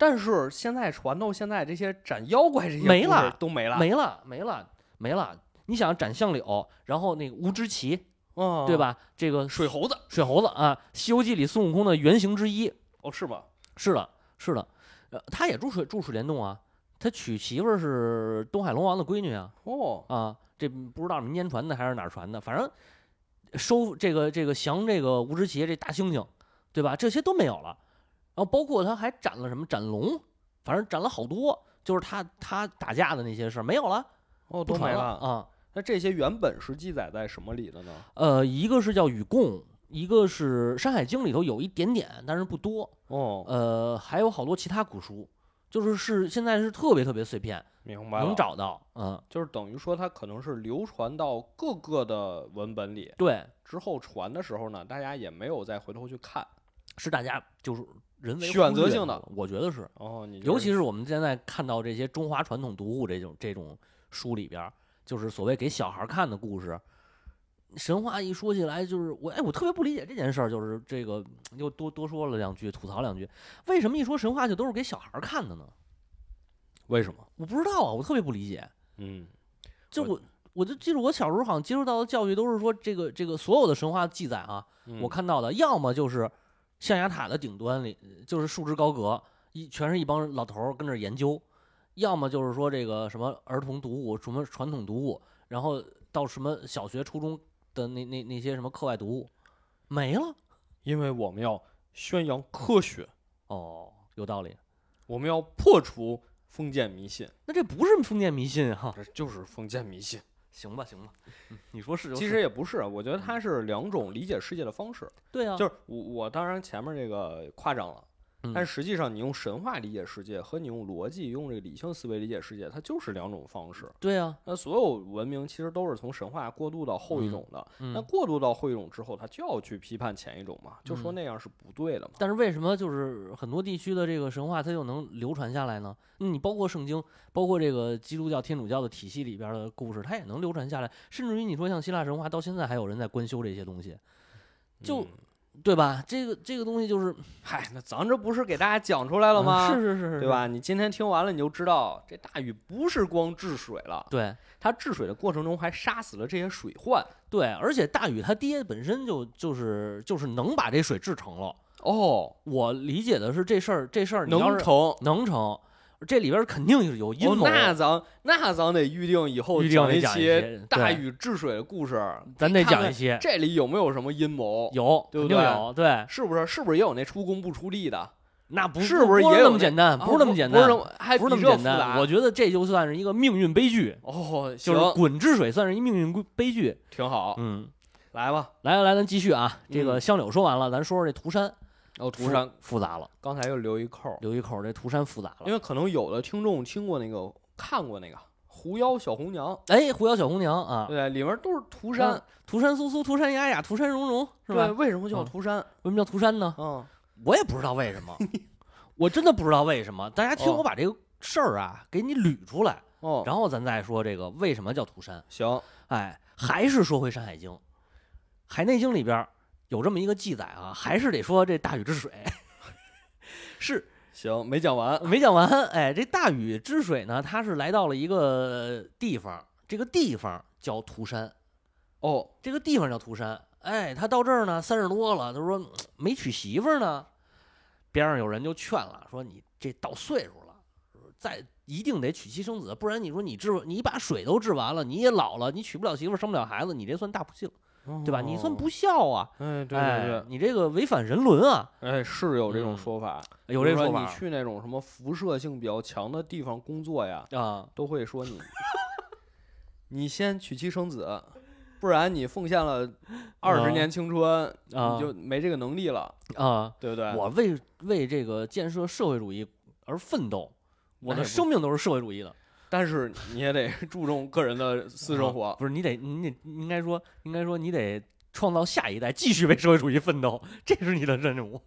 Speaker 2: 但是现在传到现在，这些斩妖怪这些
Speaker 1: 没了，
Speaker 2: 都没了，
Speaker 1: 没了。你想斩相柳，然后那个吴知奇，对吧？这个
Speaker 2: 水猴子
Speaker 1: 啊，《西游记》里孙悟空的原型之一。
Speaker 2: 哦，是吗？
Speaker 1: 是的，他也住水帘洞啊。他娶媳妇儿是东海龙王的闺女啊。这不知道民间传的还是哪儿传的，反正收这个降这个吴知奇这大猩猩，对吧？这些都没有了。然后包括他还斩了什么斩龙，反正斩了好多，就是他打架的那些事儿没有了。
Speaker 2: 都没了
Speaker 1: 啊。
Speaker 2: 那这些原本是记载在什么里的呢？
Speaker 1: 一个是叫禹贡，一个是《山海经》里头有一点点，但是不多。还有好多其他古书，就是现在是特别特别碎片，
Speaker 2: 明白了，
Speaker 1: 能找到。
Speaker 2: 就是等于说它可能是流传到各个的文本里，
Speaker 1: 对，
Speaker 2: 之后传的时候呢，大家也没有再回头去看，
Speaker 1: 是大家就是人为
Speaker 2: 选择性的，
Speaker 1: 我觉得是。尤其是我们现在看到这些中华传统读物这种书里边，就是所谓给小孩看的故事。神话一说起来，就是我特别不理解这件事儿，就是这个又多说了两句，吐槽两句，为什么一说神话就都是给小孩看的呢？
Speaker 2: 为什么？
Speaker 1: 我不知道啊，我特别不理解。就我就记得我小时候好像接触到的教育都是说，这个所有的神话记载啊，我看到的要么就是象牙塔的顶端里就是束之高阁，全是一帮老头儿跟着研究，要么就是说这个什么儿童读物，什么传统读物，然后到什么小学初中的那些什么课外读物没了，
Speaker 2: 因为我们要宣扬科学。
Speaker 1: 有道理，
Speaker 2: 我们要破除封建迷信。
Speaker 1: 那这不是封建迷信哈，
Speaker 2: 这就是封建迷信。
Speaker 1: 行吧，你说是。
Speaker 2: 其实也不是，我觉得它是两种理解世界的方式。
Speaker 1: 对啊，
Speaker 2: 就是我当然前面这个夸张了。但实际上，你用神话理解世界和你用逻辑、用这个理性思维理解世界，它就是两种方式。
Speaker 1: 对啊，
Speaker 2: 那所有文明其实都是从神话过渡到后一种的。那过渡到后一种之后，它就要去批判前一种嘛，就说那样是不对的嘛。
Speaker 1: 但是为什么就是很多地区的这个神话它又能流传下来呢？你包括圣经，包括这个基督教、天主教的体系里边的故事，它也能流传下来。甚至于你说像希腊神话，到现在还有人在官修这些东西，对吧？这个东西就是，
Speaker 2: 那咱这不是给大家讲出来了吗？
Speaker 1: 是，
Speaker 2: 对吧？你今天听完了，你就知道这大禹不是光治水了，
Speaker 1: 对，
Speaker 2: 他治水的过程中还杀死了这些水患，
Speaker 1: 对，而且大禹他爹本身就是能把这水治成了。我理解的是这事儿
Speaker 2: 能
Speaker 1: 成。这里边肯定是有阴谋。
Speaker 2: 那咱得预定以后讲一期大禹治水的故事，
Speaker 1: 咱得讲一期。
Speaker 2: 这里有没有什么阴谋？
Speaker 1: 有，
Speaker 2: 对不对？
Speaker 1: 有，对，
Speaker 2: 是不是也有那出工不出力的？
Speaker 1: 那不
Speaker 2: 是不是
Speaker 1: 也有那么简单？不是那么简单，
Speaker 2: 不是
Speaker 1: 那么简单。我觉得这就算是一个命运悲剧。就是鲧治水算是一命运悲剧，
Speaker 2: 挺好。来吧，
Speaker 1: 来，咱继续啊。这个香柳说完了，咱说说这涂山。
Speaker 2: 涂山
Speaker 1: 复杂了，
Speaker 2: 刚才又留一扣，
Speaker 1: 这涂山复杂了，
Speaker 2: 因为可能有的听众听过看过那个狐妖小红娘，
Speaker 1: 狐妖小红娘啊，
Speaker 2: 对，里面都是涂山，
Speaker 1: 涂山苏苏，涂山雅雅，涂山蓉蓉，是吧？
Speaker 2: 对，为什么叫涂山？
Speaker 1: 为什么叫涂山呢？我也不知道为什么，我真的不知道为什么。大家听我把这个事儿啊给你捋出来，然后咱再说这个为什么叫涂山。
Speaker 2: 行，
Speaker 1: 还是说回《山海经》，《海内经》里边有这么一个记载啊，还是得说这大禹治水是
Speaker 2: 行，没讲完。
Speaker 1: 这大禹治水呢，他是来到了一个地方，这个地方叫涂山。这个地方叫涂山。他到这儿呢，30多了，他说没娶媳妇呢。边上有人就劝了，说你这到岁数了，再一定得娶妻生子，不然你说你把水都治完了，你也老了，你娶不了媳妇，生不了孩子，你这算大不幸。对吧？你算不孝啊！
Speaker 2: 对，
Speaker 1: 你这个违反人伦啊！
Speaker 2: 是有这种说法，
Speaker 1: 有这个说法。
Speaker 2: 你去那种什么辐射性比较强的地方工作呀，都会说你先娶妻生子，不然你奉献了20年青春，你就没这个能力了对不对？
Speaker 1: 我为这个建设社会主义而奋斗，我的生命都是社会主义的。
Speaker 2: 但是你也得注重个人的私生活，
Speaker 1: 不是你应该说你得创造下一代，继续为社会主义奋斗，这是你的任务。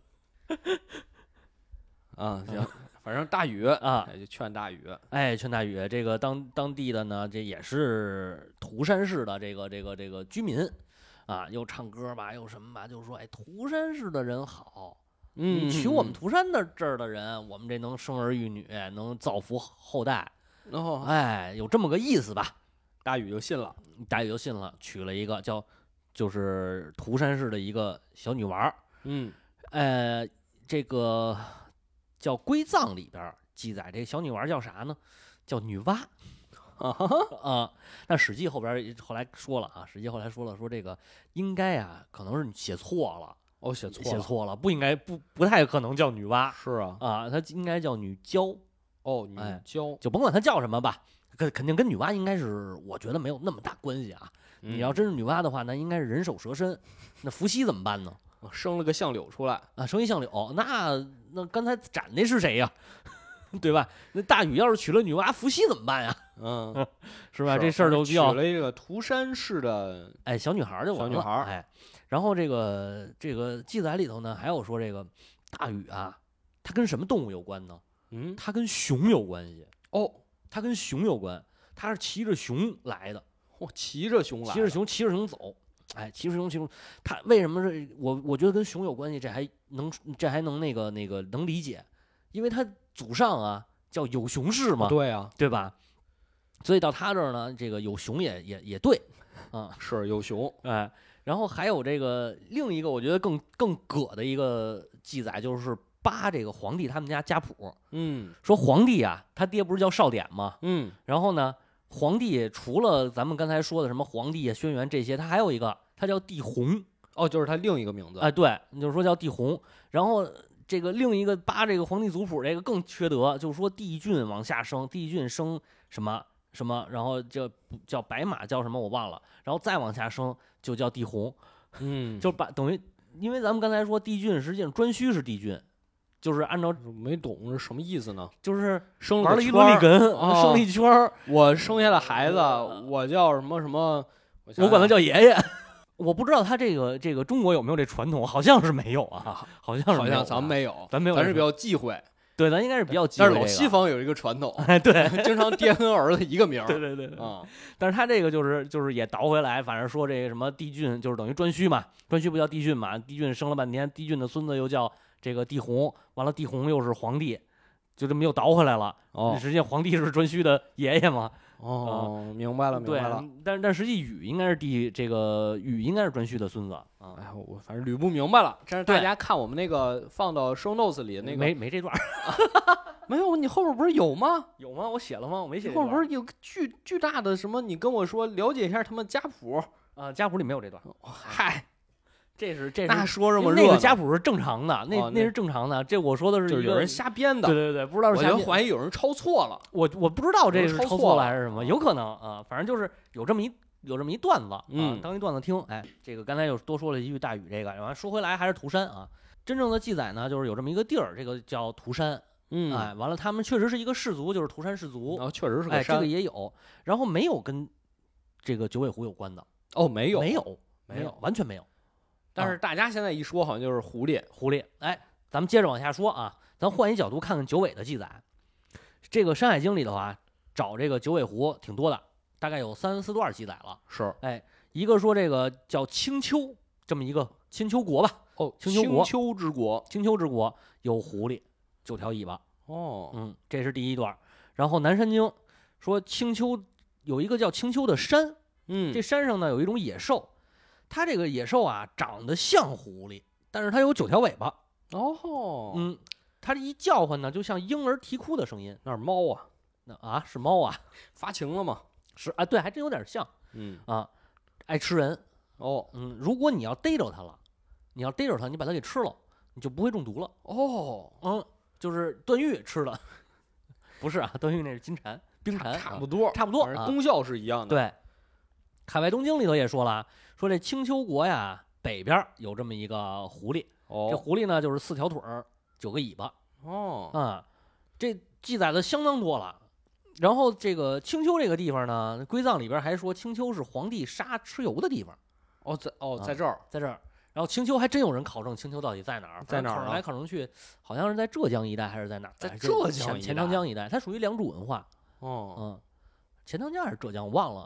Speaker 2: 行，反正大禹就劝大禹，
Speaker 1: 劝大禹。这个当地的呢，这也是涂山市的这个居民又唱歌吧，又什么吧，就说涂山市的人好你娶我们涂山这儿的人，我们这能生儿育女，能造福后代。有这么个意思吧？
Speaker 2: 大禹就信了，
Speaker 1: 娶了一个就是涂山市的一个小女娃。这个叫归藏里边记载，这小女娃叫啥呢？叫女娲。但史记后来说了啊，说这个应该啊，可能是写错了。写错了，不应该，不太可能叫女娲。
Speaker 2: 是啊，
Speaker 1: 她应该叫女娇。
Speaker 2: 女娇，
Speaker 1: 就甭管她叫什么吧，肯定跟女娲应该是，我觉得没有那么大关系啊。你要真是女娲的话，那应该是人手蛇身。那伏羲怎么办呢？
Speaker 2: 生了个相柳出来
Speaker 1: 啊，生一相柳，那刚才斩那是谁呀？对吧？那大禹要是娶了女娲，伏羲怎么办呀？是吧？这事儿就比较
Speaker 2: 娶了一个涂山市的
Speaker 1: 小女孩就完了。
Speaker 2: 小女孩
Speaker 1: 然后这个记载里头呢，还有说这个大禹啊，他跟什么动物有关呢？他跟熊有关系。他跟熊有关，他是骑着熊来的。
Speaker 2: 骑着熊
Speaker 1: 走。骑着熊，他为什么是我觉得跟熊有关系？这还能那个能理解，因为他祖上啊叫有熊氏嘛，
Speaker 2: 对啊，
Speaker 1: 对吧？所以到他这儿呢，这个有熊也对，
Speaker 2: 是有熊。
Speaker 1: 然后还有这个另一个我觉得更葛的一个记载，就是扒这个皇帝他们家家谱。说皇帝啊，他爹不是叫少典吗？然后呢，皇帝除了咱们刚才说的什么皇帝啊、轩辕这些，他还有一个，他叫帝弘。
Speaker 2: 就是他另一个名字。
Speaker 1: 对，就是说叫帝弘。然后这个另一个扒这个皇帝族谱，这个更缺德，就是说帝俊往下生，帝俊生什么什么，然后这叫白马叫什么我忘了，然后再往下生就叫帝弘。就等于，因为咱们刚才说帝俊实际上颛顼是帝俊。就是按照
Speaker 2: 没懂是什么意思呢？
Speaker 1: 就是
Speaker 2: 玩
Speaker 1: 了一轮里根，生了一圈。
Speaker 2: 我生下的孩子，我叫什么什么？
Speaker 1: 我管他叫爷爷。我不知道他这个中国有没有这传统，好像是没有啊，好像
Speaker 2: 咱没有，
Speaker 1: 咱没有，
Speaker 2: 咱是比较忌讳。
Speaker 1: 对，咱应该是比较忌讳。
Speaker 2: 但是老西方有一个传统，
Speaker 1: 对，
Speaker 2: 经常爹跟儿子一个名。
Speaker 1: 对但是他这个就是也倒回来，反正说这个什么帝俊，就是等于颛顼嘛，颛顼不叫帝俊嘛，帝俊生了半天，帝俊的孙子又叫这个帝弘，完了帝弘又是皇帝，就这么又倒回来了。实际上皇帝是颛顼的爷爷嘛。
Speaker 2: 明白了。
Speaker 1: 对，但实际禹应该是禹应该是颛顼的孙子。
Speaker 2: 我反正捋不明白了。但是大家看我们那个放到 show notes 里那个
Speaker 1: 没这段。
Speaker 2: 没有，你后边不是有吗？
Speaker 1: 有吗？我写了吗？我没写。
Speaker 2: 后边不是有个巨大的什么？你跟我说了解一下他们家谱
Speaker 1: 家谱里没有这段。
Speaker 2: 嗨。
Speaker 1: 这
Speaker 2: 那说这么热，
Speaker 1: 那个家谱是正常的，那是正常的。这我说的是
Speaker 2: 就是有人瞎编的。
Speaker 1: 对，不知道是瞎编。
Speaker 2: 我怀疑有人抄错了。
Speaker 1: 我不知道这是抄错了还是什么，有可能啊。反正就是有这么一段子当一段子听。这个刚才又多说了一句大禹这个。然后说回来还是涂山啊。真正的记载呢，就是有这么一个地儿，这个叫涂山。完了他们确实是一个氏族，就是涂山氏族。
Speaker 2: 确实是个山。
Speaker 1: 这个也有，然后没有跟这个九尾狐有关的。
Speaker 2: 没有，
Speaker 1: 完全没有。
Speaker 2: 但是大家现在一说，好像就是狐狸。
Speaker 1: 咱们接着往下说啊，咱换一角度看看九尾的记载。这个《山海经》里头啊，找这个九尾狐挺多的，大概有3、4段记载了。
Speaker 2: 是，
Speaker 1: 一个说这个叫青丘，这么一个青丘国吧。青丘之国有狐狸9条尾巴。这是第一段。然后《南山经》说青丘有一个叫青丘的山，这山上呢有一种野兽。它这个野兽啊，长得像狐狸，但是它有9条尾巴。它这一叫唤呢，就像婴儿啼哭的声音。
Speaker 2: 那是猫啊？
Speaker 1: 是猫啊？
Speaker 2: 发情了吗？
Speaker 1: 是啊，对，还真有点像。爱吃人。如果你要逮着它了，你把它给吃了，你就不会中毒了。就是段誉吃的，不是啊？段誉那是金蝉、冰蝉，
Speaker 2: 差不多，功效是一样的。
Speaker 1: 对，《海外东经》里头也说了。说这青丘国呀，北边有这么一个狐狸。这狐狸呢，就是4条腿9个尾巴。这记载的相当多了。然后这个青丘这个地方呢，归藏里边还说青丘是皇帝杀蚩尤的地方。
Speaker 2: 在这儿，
Speaker 1: 然后青丘还真有人考证青丘到底在哪儿，
Speaker 2: 在哪儿？
Speaker 1: 考来考证去，好像是在浙江一带还是在哪儿？
Speaker 2: 在浙江
Speaker 1: 钱塘江一带，它属于良渚文化。钱塘江还是浙江，我忘了。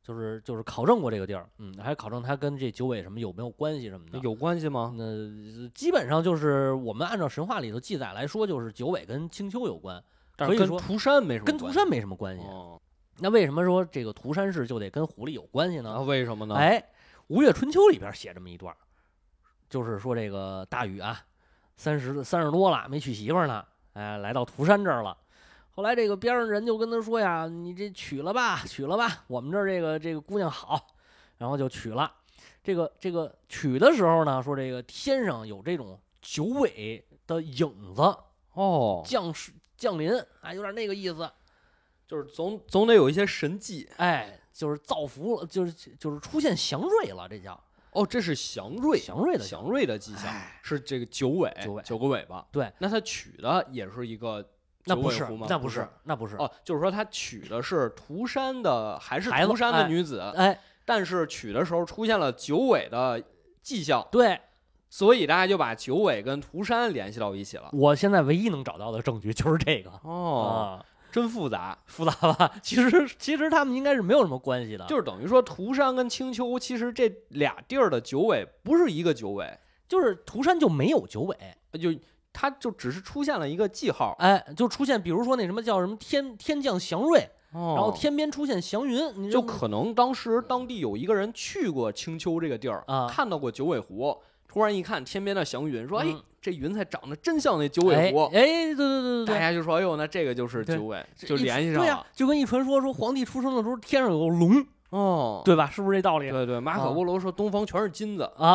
Speaker 1: 就是考证过这个地儿，还考证它跟这九尾什么有没有关系什么的。
Speaker 2: 有关系吗？
Speaker 1: 那基本上就是我们按照神话里头记载来说，就是九尾跟青丘有关，
Speaker 2: 但是跟涂山没什么
Speaker 1: 跟涂山没什么关系。那为什么说这个涂山氏就得跟狐狸有关系呢？
Speaker 2: 为什么呢？
Speaker 1: 哎，《吴越春秋》里边写这么一段，就是说这个大禹啊，30多了没娶媳妇呢，哎，来到涂山这儿了。后来这个边上人就跟他说呀：“你这娶了吧，我们这儿这个姑娘好。”然后就娶了。这个娶的时候呢，说这个天上有这种九尾的影子降临，哎，有点那个意思。
Speaker 2: 就是总得有一些神迹，
Speaker 1: 哎，就是造福了，就是出现祥瑞了，这叫
Speaker 2: 这是祥瑞的迹象，是这个九个尾巴。
Speaker 1: 对，
Speaker 2: 那他取的也是一个九尾狐吗？
Speaker 1: 那不是
Speaker 2: 就是说他取的是涂山的，还是涂山的女子？
Speaker 1: 哎，
Speaker 2: 但是取的时候出现了九尾的迹象，
Speaker 1: 对，
Speaker 2: 所以大家就把九尾跟涂山联系到一起了。
Speaker 1: 我现在唯一能找到的证据就是这个。
Speaker 2: 真复杂
Speaker 1: 吧？其实他们应该是没有什么关系的，
Speaker 2: 就是等于说涂山跟青丘，其实这俩地儿的九尾不是一个九尾，
Speaker 1: 就是涂山就没有九尾，
Speaker 2: 它就只是出现了一个记号，
Speaker 1: 哎，就出现，比如说那什么叫什么天降祥瑞，然后天边出现祥云，
Speaker 2: 就可能当时当地有一个人去过青丘这个地儿看到过九尾狐。突然一看天边的祥云，说：“哎，这云彩长得真像那九尾狐。”
Speaker 1: 哎，对，
Speaker 2: 大家就说：“哎呦，那这个就是九尾，就联系上了。”
Speaker 1: 对呀，就跟一传说皇帝出生的时候天上有个龙，对吧？是不是这道理？
Speaker 2: 对，马可波罗说东方全是金子
Speaker 1: 啊，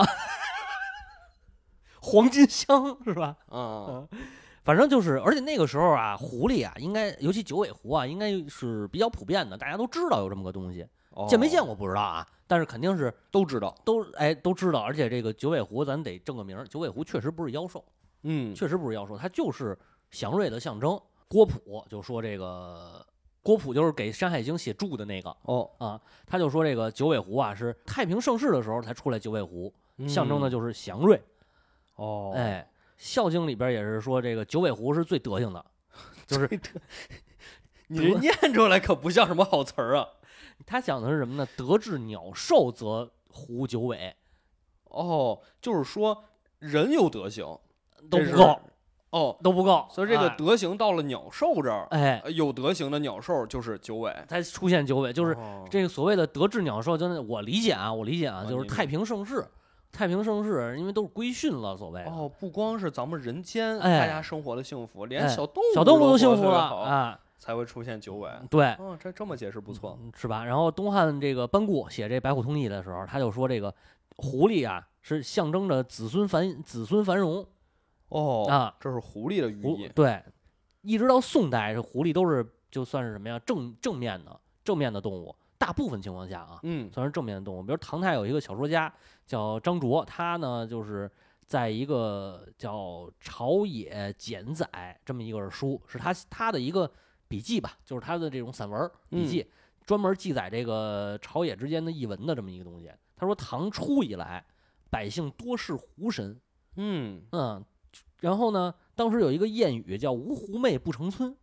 Speaker 1: 黄金香是吧？反正就是，而且那个时候啊，狐狸啊，应该尤其九尾狐啊，应该是比较普遍的，大家都知道有这么个东西。见没见过不知道啊，但是肯定是
Speaker 2: 都知道，
Speaker 1: 都知道。而且这个九尾狐咱得正个名，九尾狐确实不是妖兽，确实不是妖兽，它就是祥瑞的象征。郭璞就说这个，郭璞就是给《山海经》写注的那个他就说这个九尾狐啊是太平盛世的时候才出来九尾狐，象征的就是祥瑞。哎，《孝经》里边也是说这个九尾狐是最德行的，就是
Speaker 2: 你这念出来可不像什么好词儿啊。
Speaker 1: 他讲的是什么呢？得志鸟兽则狐九尾。
Speaker 2: 就是说人有德行
Speaker 1: 都不够，都不够。
Speaker 2: 所以这个德行到了鸟兽这儿，有德行的鸟兽就是九尾，
Speaker 1: 才出现九尾，就是这个所谓的得志鸟兽。就是我理解啊，就是太平盛世。太平盛世，因为都是规训了，所谓
Speaker 2: 不光是咱们人间大家生活的幸福，连小动物
Speaker 1: 都幸福了啊。
Speaker 2: 才会出现九尾，
Speaker 1: 对，
Speaker 2: 这么解释不错，
Speaker 1: 是吧？然后东汉这个班固写这《白虎通义》的时候，他就说这个狐狸啊是象征着子孙繁荣，
Speaker 2: 这是狐狸的寓意。
Speaker 1: 对，一直到宋代，这狐狸都是就算是什么呀？正面的动物，大部分情况下啊，算是正面的动物。比如唐代有一个小说家叫张卓，他呢就是在一个叫《朝野简载》这么一本书，是他的一个笔记吧，就是他的这种散文笔记，专门记载这个朝野之间的译文的这么一个东西。他说唐初以来，百姓多视狐神，然后呢，当时有一个谚语叫无狐媚不成村，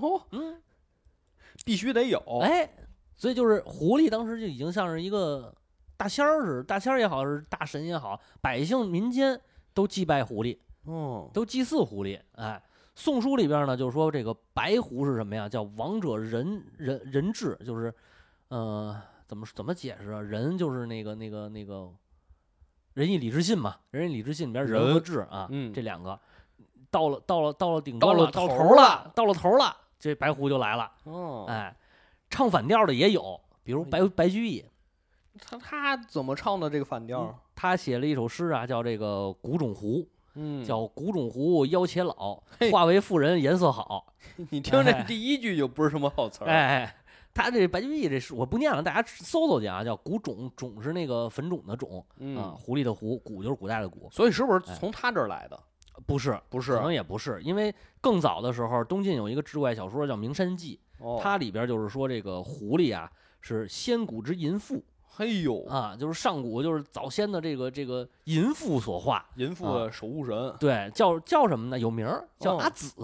Speaker 2: 必须得有，
Speaker 1: 所以就是狐狸当时就已经像是一个大仙儿似的，大仙儿也好，是大神也好，百姓民间都祭拜狐狸，都祭祀狐狸。宋书里边呢就说这个白狐是什么呀？叫王者仁智，就是怎么解释啊？仁就是那个仁义礼智信嘛，仁义礼智信里边仁和智啊，这两个到了顶端了，到头了，这白狐就来了。唱反调的也有，比如白居易，
Speaker 2: 他怎么唱的这个反调？
Speaker 1: 他写了一首诗啊，叫这个古种狐。叫古种狐腰且老，化为妇人颜色好。
Speaker 2: 你听这第一句就不是什么好词儿。
Speaker 1: 他这白居易这诗我不念了，大家搜搜去啊，叫古种，种是那个坟冢的冢，狐狸的狐，古就是古代的古。
Speaker 2: 所以是不是从他这儿来的？
Speaker 1: 不是，可能也不是，因为更早的时候，东晋有一个志怪小说叫《名山记》，它里边就是说这个狐狸啊是先古之淫妇。
Speaker 2: 嘿呦
Speaker 1: 就是上古就是早先的这个淫妇所化，
Speaker 2: 淫妇的守护神，
Speaker 1: 对，叫什么呢？有名叫阿紫。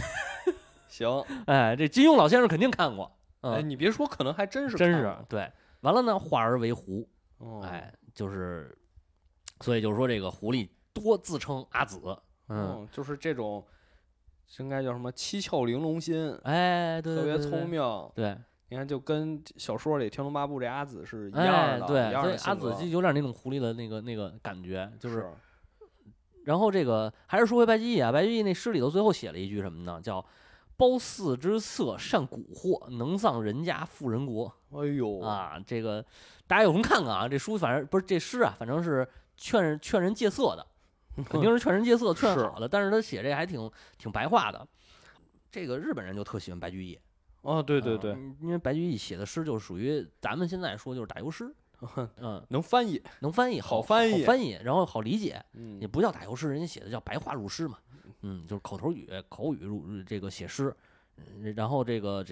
Speaker 2: 行，
Speaker 1: 这金庸老先生肯定看过。
Speaker 2: 你别说，可能还真是
Speaker 1: 对。 完了呢，化而为狐。哎，就是，所以就是说这个狐狸多自称阿紫。
Speaker 2: 就是这种，应该叫什么七窍玲珑心？
Speaker 1: 哎，对，
Speaker 2: 特别聪明。
Speaker 1: 对，
Speaker 2: 你看，就跟小说里《天龙八部》这阿紫是一样的。
Speaker 1: 对，所以阿紫就有点那种狐狸的那个感觉，就是。然后这个还是说回白居易啊，白居易那诗里头最后写了一句什么呢？叫“褒姒之色善蛊惑，能丧人家妇人国。”
Speaker 2: 哎呦
Speaker 1: 啊，这个大家有空看看啊，这书反正不是这诗啊，反正是劝人戒色的，肯定是劝人戒色，劝好的。但是他写这还挺白话的。这个日本人就特喜欢白居易。
Speaker 2: 对对对，
Speaker 1: 因为白居易写的诗就属于咱们现在说就是打油诗。
Speaker 2: 能翻译，
Speaker 1: 好
Speaker 2: 翻
Speaker 1: 译，然后好理解。也不叫打油诗，人家写的叫白话入诗嘛。就是口语入这个写诗。然后这个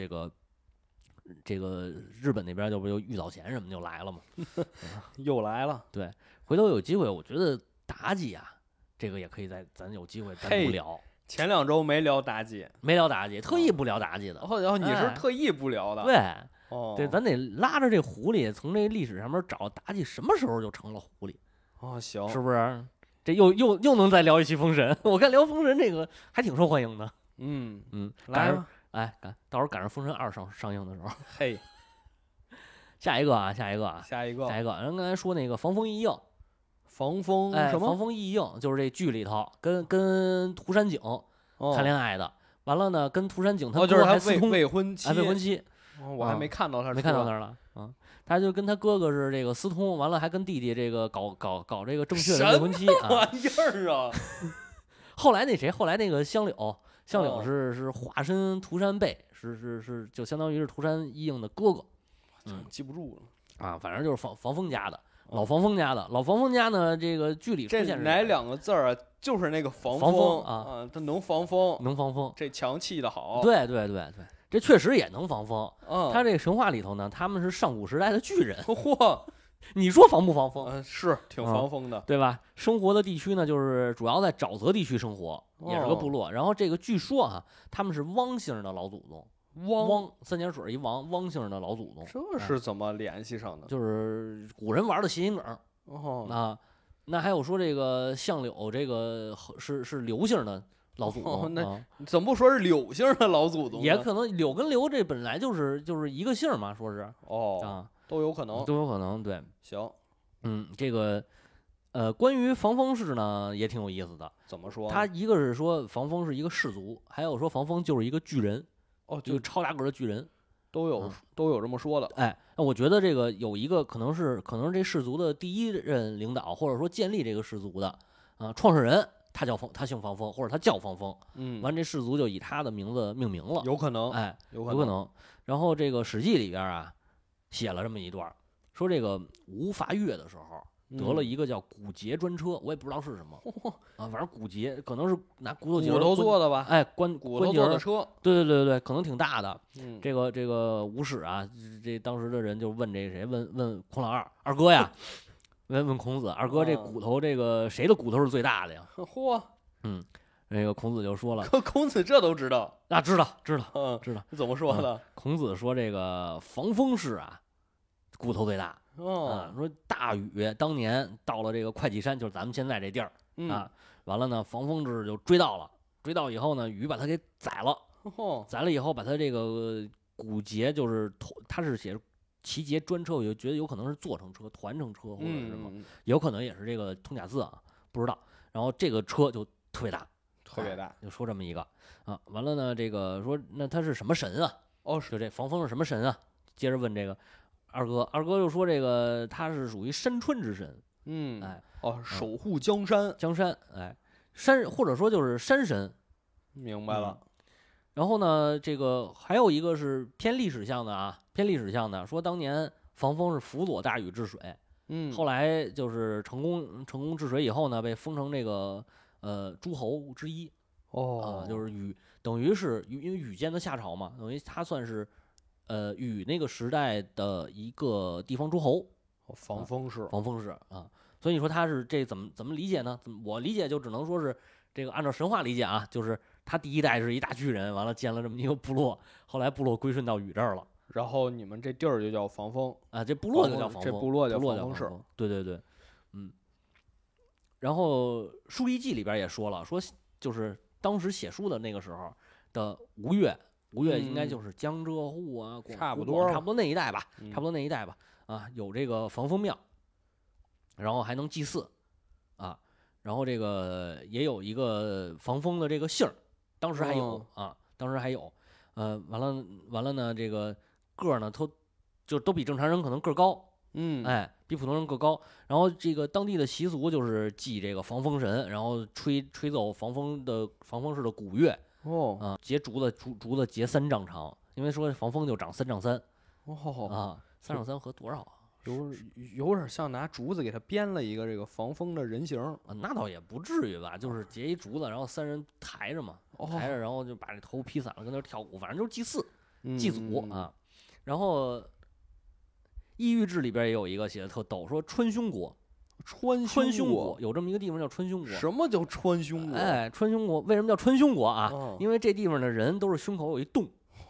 Speaker 1: 日本那边就不就玉藻前什么就来了嘛。
Speaker 2: 又来了。
Speaker 1: 对，回头有机会，我觉得妲己啊，这个也可以咱有机会单独聊。
Speaker 2: 前2周没聊妲己，
Speaker 1: 特意不聊妲己的。
Speaker 2: 然后你是特意不聊的。
Speaker 1: 对。对，咱得拉着这狐狸从这历史上面找妲己什么时候就成了狐狸。
Speaker 2: 行，
Speaker 1: 是不是？这又能再聊一期封神？我看聊封神这个还挺受欢迎的。
Speaker 2: 来吧，
Speaker 1: 到时候赶上封神2上映的时候。
Speaker 2: 嘿，
Speaker 1: 下一个。人刚才说那个防风易映，
Speaker 2: 防风什么？
Speaker 1: 防风易映就是这剧里头跟涂山璟谈恋爱的。完了呢，跟涂山璟他
Speaker 2: 哥
Speaker 1: 还私通
Speaker 2: 未婚妻。我还
Speaker 1: 没
Speaker 2: 看到他，
Speaker 1: 没看到那儿了。他就跟他哥哥是这个私通，完了还跟弟弟这个搞这个正确的未婚妻。
Speaker 2: 什么玩意儿啊！
Speaker 1: 后来那个香柳是化身涂山贝，是就相当于是涂山一应的哥哥。
Speaker 2: 记不住了
Speaker 1: 啊，反正就是防风家的，老防风家呢，这个剧里出现
Speaker 2: 这哪2个字啊？就是那个防
Speaker 1: 风
Speaker 2: 啊，他能防风，这强气的好。
Speaker 1: 对。这确实也能防风。他这个神话里头呢，他们是上古时代的巨人。
Speaker 2: 嚯，
Speaker 1: 你说防不防风？
Speaker 2: 是挺防风的，
Speaker 1: 对吧？生活的地区呢，就是主要在沼泽地区生活，也是个部落。然后这个据说啊，他们是汪姓的老祖宗。汪三点水一汪姓的老祖宗。
Speaker 2: 这是怎么联系上的？
Speaker 1: 就是古人玩的谐音梗。那还有说这个相柳，这个是刘姓的老祖宗。
Speaker 2: 那怎么不说是柳姓的老祖宗？
Speaker 1: 也可能柳跟刘这本来就是一个姓嘛，说是。
Speaker 2: 都有可能。
Speaker 1: 对，
Speaker 2: 行。
Speaker 1: 这个关于防风氏呢也挺有意思的。
Speaker 2: 怎么说？
Speaker 1: 他一个是说防风是一个氏族，还有说防风就是一个巨人。就超大个的巨人。
Speaker 2: 都有这么说的。
Speaker 1: 那我觉得这个有一个可能是这氏族的第一任领导，或者说建立这个氏族的创始人，他姓防风，或者他叫防风。完这氏族就以他的名字命名了。
Speaker 2: 有可能。
Speaker 1: 有可能。然后这个《史记》里边啊写了这么一段，说这个吴伐越的时候得了一个叫骨节专车，我也不知道是什么反正骨节可能是拿骨头
Speaker 2: 做的吧。
Speaker 1: 骨
Speaker 2: 头做的车。
Speaker 1: 对，可能挺大的。这个吴史啊，这当时的人就问这谁，问孔老二哥呀，问孔子二哥，这骨头这个谁的骨头是最大的呀？
Speaker 2: 嚯，
Speaker 1: 那个孔子就说了，
Speaker 2: 孔子这都知道
Speaker 1: 啊？知道，
Speaker 2: 怎么说的？
Speaker 1: 孔子说这个防风氏啊，骨头最大。说大禹当年到了这个会稽山，就是咱们现在这地儿完了呢，防风氏就追到以后呢，禹把他给宰了。宰了以后，把他这个骨节，就是他是写奇节专车，我就觉得有可能是做成车、团成车或者是什么，有可能也是这个通假字啊，不知道。然后这个车就特别大，就说这么一个完了呢，这个说那他是什么神啊？就这防风是什么神啊？接着问这个二哥就说这个他是属于山川之神。
Speaker 2: 守护江山，
Speaker 1: 山或者说就是山神。
Speaker 2: 明白了。
Speaker 1: 然后呢，这个还有一个是偏历史向的，说当年防风是辅佐大禹治水。后来就是成功治水以后呢，被封成这个诸侯之一。就是禹，等于是因为禹建的夏朝嘛，等于他算是禹那个时代的一个地方诸侯。
Speaker 2: 防风氏
Speaker 1: 所以你说他是这怎么理解呢？我理解就只能说是这个按照神话理解啊，就是他第一代是一大巨人，完了建了这么一个部落，后来部落归顺到禹这儿了。
Speaker 2: 然后你们这地儿就叫防风
Speaker 1: 啊，这部落就叫防风，
Speaker 2: 这部落叫
Speaker 1: 防
Speaker 2: 风市。
Speaker 1: 对对对，然后《书历记》里边也说了，说就是当时写书的那个时候的吴越应该就是江浙沪啊，
Speaker 2: 差不
Speaker 1: 多那一带吧，差不多那一带吧。啊，有这个防风庙，然后还能祭祀啊，然后这个也有一个防风的这个姓儿，当时还有啊，当时还有，完了呢，这个个儿呢都比正常人可能个儿高。哎，比普通人个高。然后这个当地的习俗就是祭这个防风神，然后吹奏防风式的鼓乐。结竹子结3丈长，因为说防风就长3丈3。3丈3和多少啊？
Speaker 2: 有点像拿竹子给它编了一个这个防风的人形。
Speaker 1: 那倒也不至于吧，就是结一竹子，然后3人抬着嘛，抬着，然后就把这头披散了，跟那跳舞，反正就是祭祀、祭祖啊。然后。《异域志》里边也有一个写的特逗，说川芎国，川芎国有这么一个地方叫川芎国。
Speaker 2: 什么叫川芎国？
Speaker 1: 哎，川芎国为什么叫川芎国啊？因为这地方的人都是胸口有一洞。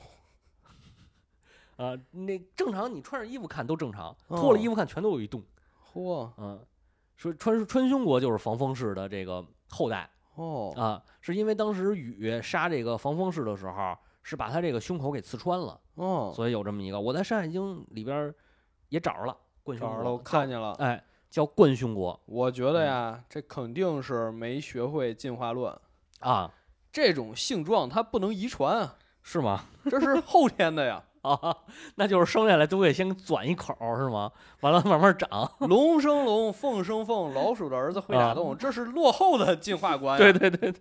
Speaker 1: 那正常你穿上衣服看都正常，脱了衣服看全都有一洞。说川芎国就是防风氏的这个后代。是因为当时禹杀这个防风氏的时候，是把他这个胸口给刺穿了。所以有这么一个。我在《山海经》里边。也找着了，冠胸国，
Speaker 2: 我看见了，
Speaker 1: 哎，叫冠胸国。
Speaker 2: 我觉得呀，这肯定是没学会进化论
Speaker 1: 啊，
Speaker 2: 这种性状它不能遗传啊，
Speaker 1: 是吗？
Speaker 2: 这是后天的呀，
Speaker 1: 那就是生下来都得先钻一口是吗？完了慢慢长，
Speaker 2: 龙生龙，凤生凤，老鼠的儿子会打洞，这是落后的进化观。
Speaker 1: 对，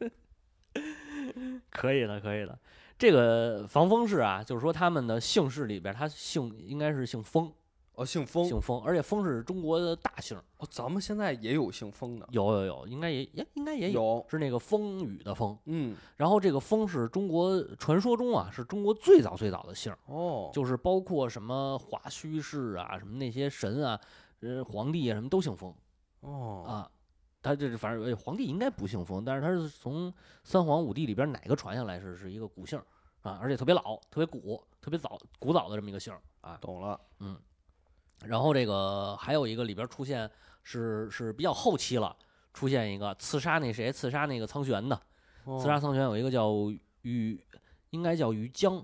Speaker 1: 可以了。这个防风氏啊，就是说他们的姓氏里边，他应该是姓封。
Speaker 2: 姓封，
Speaker 1: 而且封是中国的大姓。
Speaker 2: 咱们现在也有姓封的。
Speaker 1: 有，应该也有，是那个风雨的风。然后这个封是中国传说中啊，是中国最早的姓。就是包括什么华胥氏啊，什么那些神啊，皇帝啊，什么都姓封。他这反正皇帝应该不姓封，但是他是从3皇5帝里边哪个传下来是一个古姓啊，而且特别老、特别古早的这么一个姓啊。
Speaker 2: 懂了，
Speaker 1: 然后这个还有一个里边出现是比较后期了，出现一个刺杀那个苍玄的，刺杀苍玄有一个叫应该叫于江，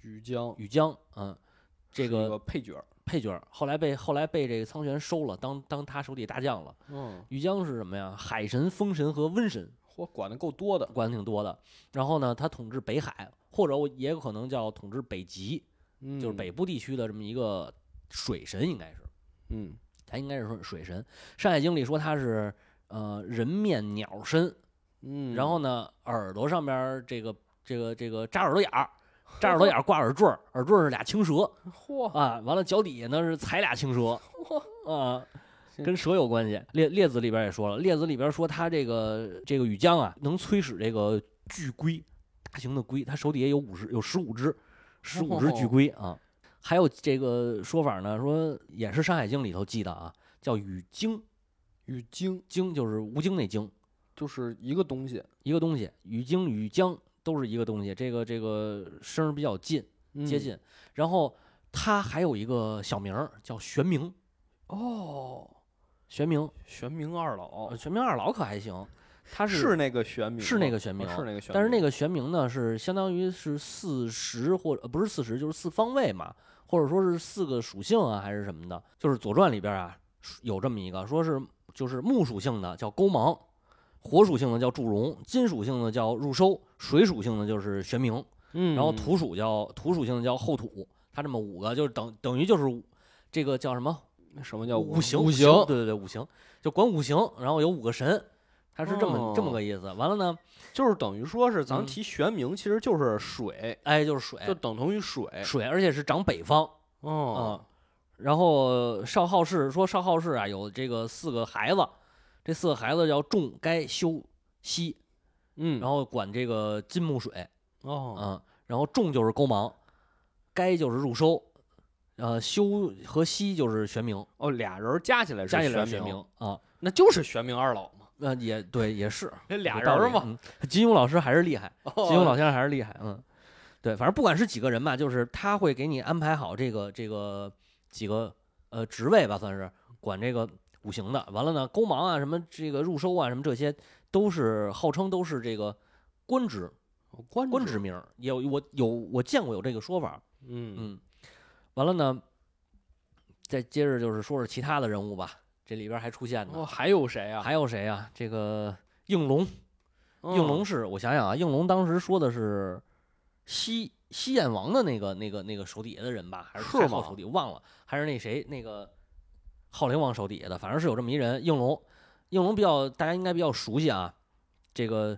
Speaker 1: 这个
Speaker 2: 配
Speaker 1: 角，后来被这个苍玄收了，当他手底大将了。于江是什么呀？海神、风神和瘟神，
Speaker 2: 管的够多的，
Speaker 1: 管的挺多的。然后呢，他统治北海，或者也有可能叫统治北极，就是北部地区的这么一个。水神应该是，他应该是水神。《山海经》里说他是人面鸟身，然后呢耳朵上边这个扎耳朵眼儿，挂耳坠是俩青蛇，完了脚底下呢是踩俩青蛇，跟蛇有关系。列子里边也说了，列子里边说他这个禹江啊能催使这个巨龟，大型的龟，他手底下有15只巨龟啊。还有这个说法呢，说也是《山海经》里头记的啊，叫禹精，精就是吴京那精，
Speaker 2: 就是一个东西，
Speaker 1: 禹精、禹江都是一个东西，这个声比较接近。然后他还有一个小名叫玄冥，玄冥
Speaker 2: 二老，
Speaker 1: 玄冥二老可还行。他
Speaker 2: 是那个玄冥，
Speaker 1: 但是那个玄冥呢，是相当于是40或者不是40，就是4方位嘛，或者说是4个属性啊，还是什么的。就是《左传》里边啊有这么一个，说是就是木属性的叫勾芒，火属性的叫祝融，金属性的叫入收，水属性的就是玄冥，然后土属性的叫后土。它这么5个，就是等于就是这个叫什么？
Speaker 2: 什么叫
Speaker 1: 五行？对，五行就管五行，然后有5个神。它是这么个意思。完了呢，
Speaker 2: 就是等于说是咱们提玄冥，其实就是水，
Speaker 1: 就是水，
Speaker 2: 就等同于水，
Speaker 1: 而且是长北方。然后少昊氏啊，有这个4个孩子，这4个孩子叫仲、该、修、西，然后管这个金木水。然后仲就是勾芒，该就是入收，修和西就是玄冥。
Speaker 2: 俩人加起来是
Speaker 1: 玄冥啊，
Speaker 2: 那就是玄冥二老。
Speaker 1: 也对，也是
Speaker 2: 俩人嘛。
Speaker 1: 金庸老师还是厉害，金庸老先生还是厉害。 对，反正不管是几个人吧，就是他会给你安排好这个几个职位吧，算是管这个五行的。完了呢，勾芒啊，什么这个入收啊，什么这些都是号称都是这个官职名，我见过有这个说法。完了呢，再接着就是说其他的人物吧，这里边还出现呢。
Speaker 2: 还有谁啊？
Speaker 1: 还有谁啊？这个应龙，应龙是我想想啊，应龙当时说的是西燕王的那个手底下的人吧，还是太后手底下忘了，还是那谁那个昊灵王手底下的，反正是有这么一人。应龙大家应该比较熟悉啊。这个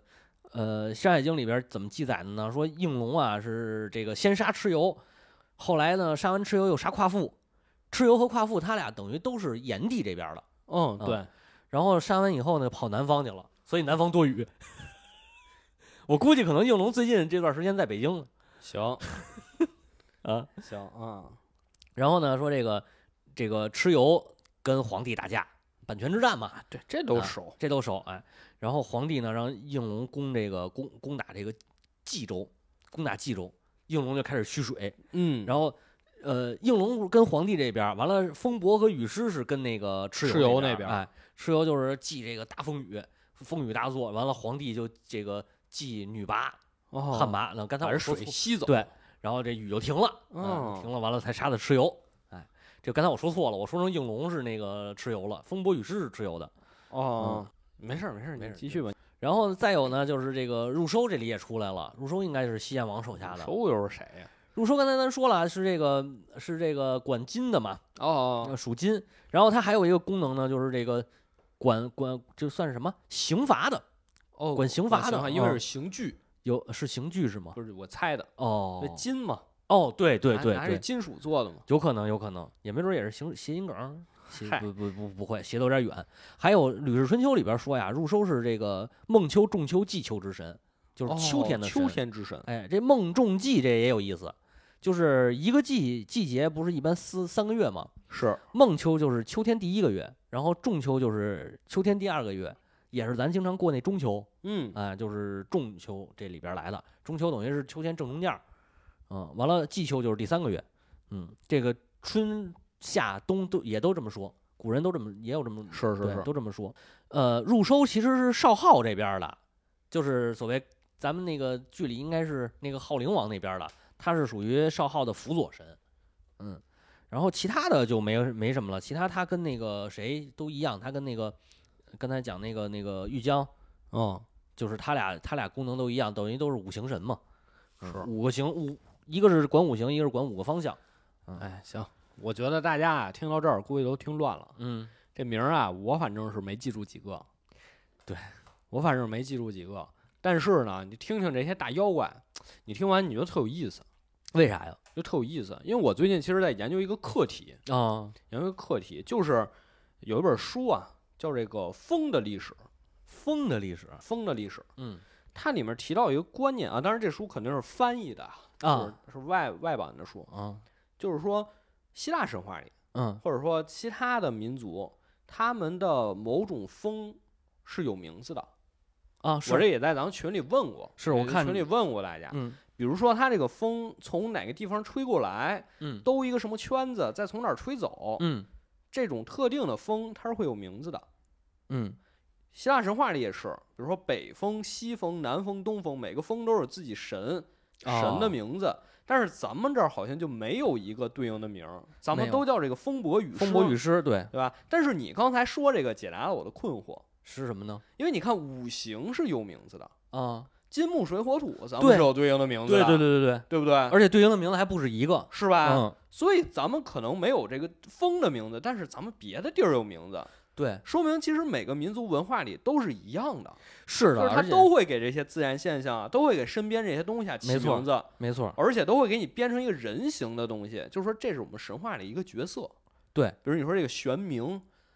Speaker 1: 《山海经》里边怎么记载的呢？说应龙啊是这个先杀蚩尤，后来呢杀完蚩尤又杀夸父，蚩尤和夸父他俩等于都是炎帝这边的。
Speaker 2: 对。
Speaker 1: 然后杀完以后呢，跑南方去了，所以南方多雨。我估计可能应龙最近这段时间在北京了。
Speaker 2: 行，行啊。
Speaker 1: 然后呢，说这个蚩尤跟皇帝打架，阪泉之战嘛，
Speaker 2: 对，这都熟，
Speaker 1: 这都熟。哎，然后皇帝呢让应龙攻打这个冀州，应龙就开始蓄水。然后应龙跟皇帝这边，完了风伯和雨师是跟那个蚩尤那边。哎，蚩尤就是祭这个大风雨大作，完了皇帝就这个祭女魃、旱魃。那刚才我说
Speaker 2: 水吸走，
Speaker 1: 对，然后这雨就停了，停了，完了才杀的蚩尤。哎，这刚才我说错了，我说成应龙是那个蚩尤了，风伯雨师是蚩尤的。
Speaker 2: 没事，你继续吧。
Speaker 1: 然后再有呢，就是这个入收这里也出来了，入收应该是西燕王手下的。
Speaker 2: 入收又是谁呀？
Speaker 1: 入收刚才咱说了是这个管金的嘛，属金。然后它还有一个功能呢，就是这个管就算是什么刑罚的，管刑罚的，
Speaker 2: 因为是刑具，
Speaker 1: 是刑具是吗？
Speaker 2: 不是我猜的金嘛。
Speaker 1: 对，
Speaker 2: 还是金属做的嘛？
Speaker 1: 有可能，也没准也是谐音梗。不会，谐得有点远。还有《吕氏春秋》里边说呀，入收是这个孟秋、仲秋、季秋之神，就是秋天的神。
Speaker 2: 秋天之神。
Speaker 1: 哎，这孟仲季这也有意思，就是一个季节不是一般3个月吗？
Speaker 2: 是。
Speaker 1: 孟秋就是秋天第1个月，然后仲秋就是秋天第2个月，也是咱经常过那中秋。就是仲秋这里边来的。中秋等于是秋天正中间。完了季秋就是第3个月。这个春夏冬也都这么说，古人都这么也有这么
Speaker 2: 是
Speaker 1: 都这么说。入收其实是少昊这边的，就是所谓咱们那个剧里应该是那个昊灵王那边的，他是属于少昊的辅佐神。然后其他的就没什么了，其他他跟那个谁都一样，他跟那个刚才讲那个玉江，就是他俩功能都一样，等于都是五行神嘛。
Speaker 2: 是
Speaker 1: 5个行，一个是管五行，一个是管5个方向。
Speaker 2: 行。我觉得大家啊听到这儿估计都听乱了。这名啊我反正是没记住几个。
Speaker 1: 对，
Speaker 2: 我反正没记住几个。但是呢，你听听这些大妖怪，你听完你觉得特有意思。
Speaker 1: 为啥呀？
Speaker 2: 就特有意思，因为我最近其实在研究一个课题研究一个课题，就是有一本书啊，叫这个风的历史。
Speaker 1: 风的历史。
Speaker 2: 它里面提到一个观念啊，当然这书肯定是翻译的是外版的书就是说希腊神话里，或者说其他的民族，他们的某种风是有名字的我这也在咱们群里问过，
Speaker 1: 我看
Speaker 2: 群里问过大家，比如说他这个风从哪个地方吹过来，兜一个什么圈子，再从哪儿吹走，这种特定的风它是会有名字的，希腊神话里也是，比如说北风、西风、南风、东风，每个风都是自己神的名字。但是咱们这儿好像就没有一个对应的名儿，咱们都叫这个风伯雨
Speaker 1: 师，对
Speaker 2: 吧？但是你刚才说这个解答了我的困惑，
Speaker 1: 是什么呢？
Speaker 2: 因为你看五行是有名字的金木水火土，咱
Speaker 1: 们
Speaker 2: 是有对应的名字的，对不对？
Speaker 1: 而且对应的名字还不止一个，
Speaker 2: 是吧？所以咱们可能没有这个风的名字，但是咱们别的地儿有名字。
Speaker 1: 对，
Speaker 2: 说明其实每个民族文化里都是一样的，
Speaker 1: 是的，
Speaker 2: 就是他都会给这些自然现象都会给身边这些东西起名字，
Speaker 1: 没错，
Speaker 2: 而且都会给你编成一个人形的东西，就是说这是我们神话里一个角色。
Speaker 1: 对，
Speaker 2: 比如你说这个玄冥，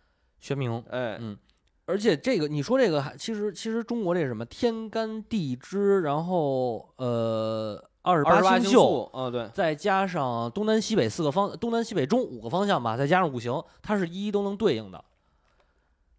Speaker 1: 而且这个你说这个其实中国这是什么天干地支，然后28星宿
Speaker 2: 对，
Speaker 1: 再加上东南西北4个方，东南西北中5个方向吧，再加上五行，它是一都能对应的。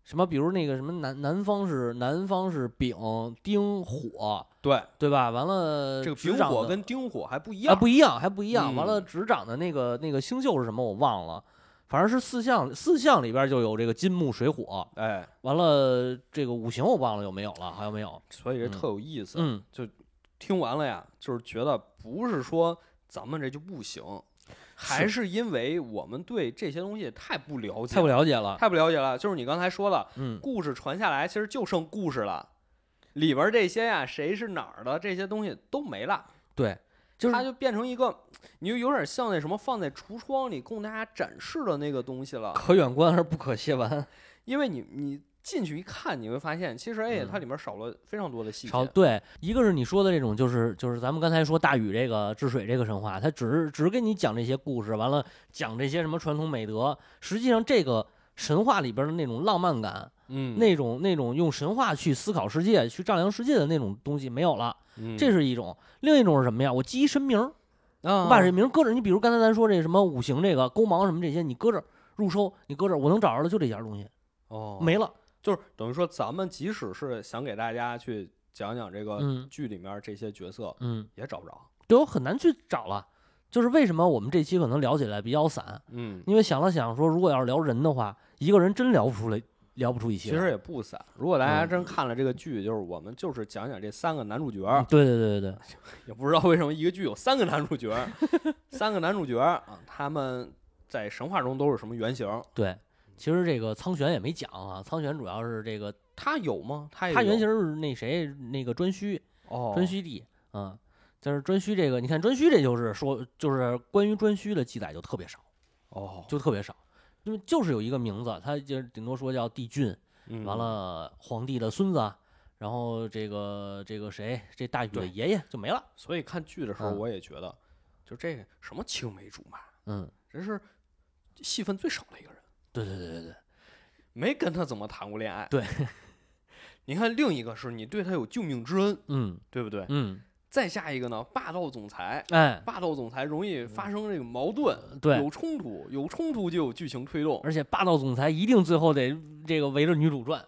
Speaker 1: 什么比如那个什么南方是丙丁火，对吧？完了
Speaker 2: 这个丙火跟丁火还不一样，
Speaker 1: 不一样。完了执掌的那个星宿是什么我忘了，反正是四象里边就有这个金木水火，完了这个五行我忘了有没有了，好像没有。
Speaker 2: 所以这特有意思，就听完了呀，就是觉得不是说咱们这就不行。还是因为我们对这些东西太不了解了。就是你刚才说的，故事传下来，其实就剩故事了，里边这些呀，谁是哪儿的这些东西都没了。
Speaker 1: 对，
Speaker 2: 它就变成一个，你就有点像那什么放在橱窗里供大家展示的那个东西了。
Speaker 1: 可远观而不可亵玩，
Speaker 2: 因为你进去一看，你会发现，其实它里面少了非常多的细节。
Speaker 1: 对，一个是你说的这种，就是咱们刚才说大禹这个治水这个神话，它只给你讲这些故事，完了讲这些什么传统美德，实际上这个神话里边的那种浪漫感，那种用神话去思考世界、去丈量世界的那种东西没有了，这是一种。另一种是什么呀？我记一神名，我把这名搁这，你比如刚才咱说这什么五行这个勾芒什么这些，你搁这入收，你搁这我能找着的就这件东西，没了。
Speaker 2: 就是等于说，咱们即使是想给大家去讲讲这个剧里面这些角色，也找不着，
Speaker 1: 对，我很难去找了。就是为什么我们这期可能聊起来比较散，因为想了想说，如果要是聊人的话，一个人真聊不出一期。
Speaker 2: 其实也不散。如果大家真看了这个剧，就是我们就是讲讲这三个男主角。
Speaker 1: 对，
Speaker 2: 也不知道为什么一个剧有三个男主角，三个男主角啊，他们在神话中都是什么原型？
Speaker 1: 对。其实这个苍玄也没讲啊，苍玄主要是这个
Speaker 2: 他有吗？他
Speaker 1: 原型是那谁那个颛顼，颛顼帝啊，就是颛顼这个，你看颛顼这就是说，就是关于颛顼的记载就特别少，就特别少，因为就是有一个名字，他就顶多说叫帝俊，完了皇帝的孙子，然后这个谁这大禹的爷爷就没了。
Speaker 2: 所以看剧的时候我也觉得，就这个什么青梅竹马，这是戏份最少的一个人。
Speaker 1: 对，
Speaker 2: 没跟他怎么谈过恋爱。
Speaker 1: 对，
Speaker 2: 你看另一个是你对他有救命之恩，对不对？再下一个呢，霸道总裁，霸道总裁容易发生这个矛盾，
Speaker 1: 对，
Speaker 2: 有冲突就有剧情推动，
Speaker 1: 而且霸道总裁一定最后得这个围着女主转，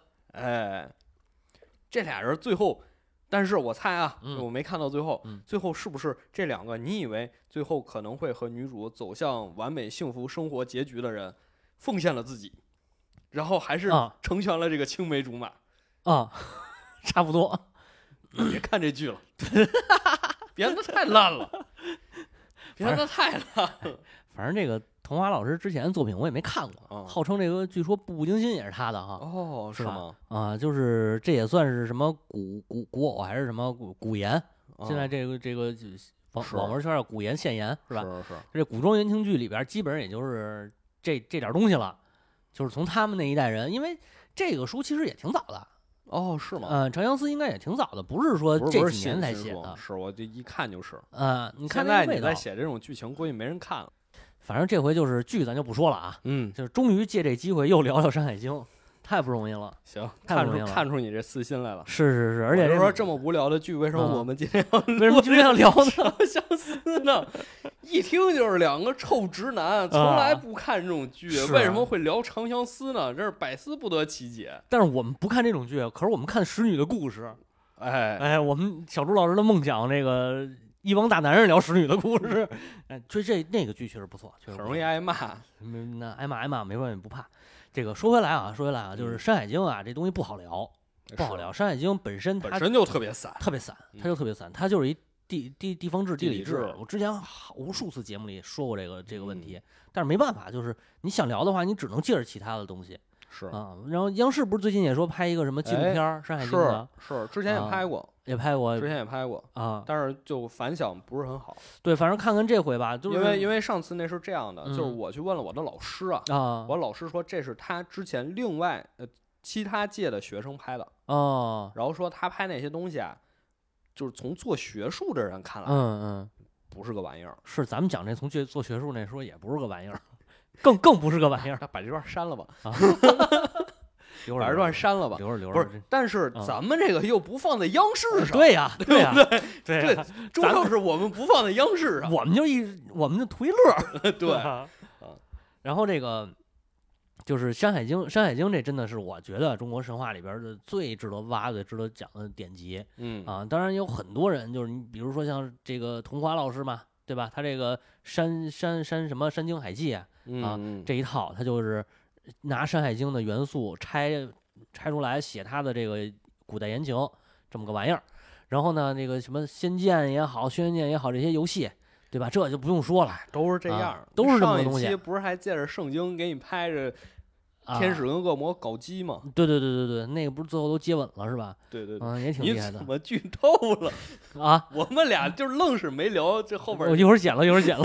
Speaker 2: 这俩人最后，但是我猜啊，我没看到最后，最后是不是这两个你以为最后可能会和女主走向完美幸福生活结局的人？奉献了自己，然后还是成全了这个青梅竹马
Speaker 1: 差不多。
Speaker 2: 别看这剧了，编得太烂了，编得太烂了。
Speaker 1: 反正这个童华老师之前的作品我也没看过，号称这个据说《步步惊心》也是他的哈。
Speaker 2: 是吗？
Speaker 1: 就是这也算是什么古偶还是什么古言？现在这个网文圈叫古言现言是吧？
Speaker 2: 是。
Speaker 1: 这古装言情剧里边基本上也就是这点东西了，就是从他们那一代人，因为这个书其实也挺早的。
Speaker 2: 是吗？
Speaker 1: 长相思应该也挺早的，不是说这几年才写的。
Speaker 2: 是，我就一看就是。
Speaker 1: 你看
Speaker 2: 现在你在写这种剧情，估计没人看了。
Speaker 1: 反正这回就是剧，咱就不说了啊。就是终于借这机会又聊聊《山海经》。太不容易了，
Speaker 2: 行，
Speaker 1: 太不容易了，
Speaker 2: 看出你这私心来了。
Speaker 1: 是，而且
Speaker 2: 就是说这么无聊的剧，为什么我们今天
Speaker 1: 要聊呢？
Speaker 2: 相思呢？一听就是两个臭直男，从来不看这种剧，为什么会聊长相思呢？真是百思不得其解。
Speaker 1: 但是我们不看这种剧，可是我们看使女的故事。我们小朱老师的梦想，这个一帮大男人聊使女的故事。那个剧确实不错，确实
Speaker 2: 很容易挨骂。
Speaker 1: 那挨骂没关系，不怕。这个说回来啊，就是《山海经》啊，这东西不好聊。《山海经》本身
Speaker 2: 就特别散，
Speaker 1: 它就特别散，它就是一地方志、地理志。我之前无数次节目里说过这个问题，但是没办法，就是你想聊的话，你只能借着其他的东西。
Speaker 2: 是
Speaker 1: 啊，然后央视不是最近也说拍一个什么纪录片《山海经》的？
Speaker 2: 是，之前也拍过，之前也拍过
Speaker 1: 啊，
Speaker 2: 但是就反响不是很好。
Speaker 1: 对，反正看看这回吧，就是
Speaker 2: 因为上次那是这样的，就是我去问了我的老师我老师说这是他之前另外其他届的学生拍的然后说他拍那些东西啊，就是从做学术的人看来，不是个玩意儿。
Speaker 1: 是咱们讲这从做学术那说也不是个玩意儿。更不是个玩意儿，
Speaker 2: 把这段删了吧，
Speaker 1: 把
Speaker 2: 这段删了吧，
Speaker 1: 留着。
Speaker 2: 不是，但是咱们这个又不放在央视上，
Speaker 1: 对呀，
Speaker 2: 对不对？对，主要是我们不放在央视上，
Speaker 1: 我们就图一乐，
Speaker 2: 对。
Speaker 1: 然后这个就是《山海经》，《山海经》这真的是我觉得中国神话里边的最值得挖的、值得讲的典籍。当然有很多人，就是你比如说像这个桐华老师嘛，对吧？他这个山什么《山经海记》这一套，他就是拿《山海经》的元素拆出来写他的这个古代言情这么个玩意儿。然后呢，那个什么《仙剑》也好，《轩辕剑》也好，这些游戏。对吧？这就不用说了，
Speaker 2: 都是这样，
Speaker 1: 都是这么个东西。
Speaker 2: 上一期不是还借着圣经给你拍着天使跟恶魔搞基吗？
Speaker 1: 对，那个不是最后都接吻了是吧？
Speaker 2: 对，
Speaker 1: 也挺厉害的。
Speaker 2: 你怎么剧透了
Speaker 1: 啊？
Speaker 2: 我们俩就愣是没聊这后边。
Speaker 1: 我一会儿剪了，一会儿剪了。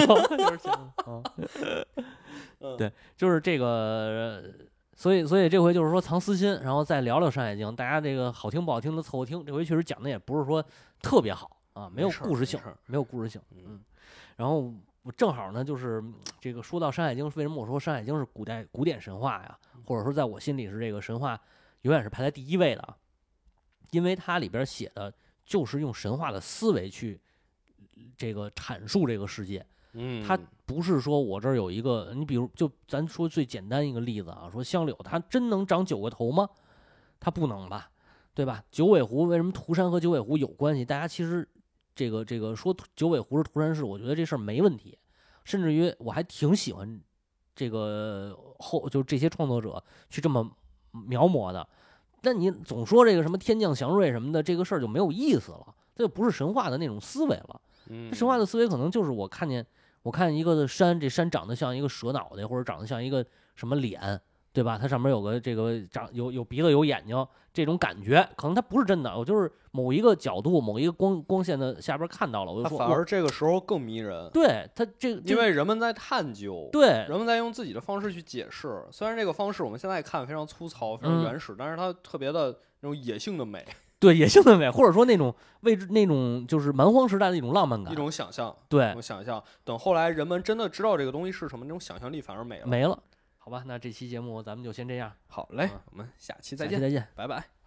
Speaker 1: 对，就是这个，所以这回就是说藏私心，然后再聊聊《山海经》，大家这个好听不好听的凑合听。这回确实讲的也不是说特别好啊，没有故事性，没有故事性。然后我正好呢，就是这个说到《山海经》，为什么我说《山海经》是古典神话呀？或者说在我心里是这个神话永远是排在第一位的，因为它里边写的就是用神话的思维去这个阐述这个世界。它不是说我这儿有一个，你比如就咱说最简单一个例子啊，说香柳它真能长9个头吗？它不能吧，对吧？九尾狐为什么涂山和九尾狐有关系？大家其实。这个说九尾狐是涂山氏，我觉得这事儿没问题，甚至于我还挺喜欢这个就是这些创作者去这么描摹的。但你总说这个什么天降祥瑞什么的，这个事儿就没有意思了，这就不是神话的那种思维了。神话的思维可能就是我看一个山，这山长得像一个蛇脑袋，或者长得像一个什么脸。对吧？它上面有个这个有鼻子有眼睛这种感觉，可能它不是真的，我就是某一个角度某一个光线的下边看到了，我就说
Speaker 2: 反而这个时候更迷人。
Speaker 1: 对它这个，
Speaker 2: 因为人们在探究，
Speaker 1: 对，
Speaker 2: 人们在用自己的方式去解释。虽然这个方式我们现在看非常粗糙、非常原始，但是它特别的那种野性的美。
Speaker 1: 对，野性的美，或者说那种那种就是蛮荒时代的一种浪漫感，
Speaker 2: 一种想象。
Speaker 1: 对，
Speaker 2: 一种想象。等后来人们真的知道这个东西是什么，那种想象力反而没了。
Speaker 1: 好吧，那这期节目咱们就先这样。
Speaker 2: 好嘞，我们下期再见，
Speaker 1: 再见，
Speaker 2: 拜拜。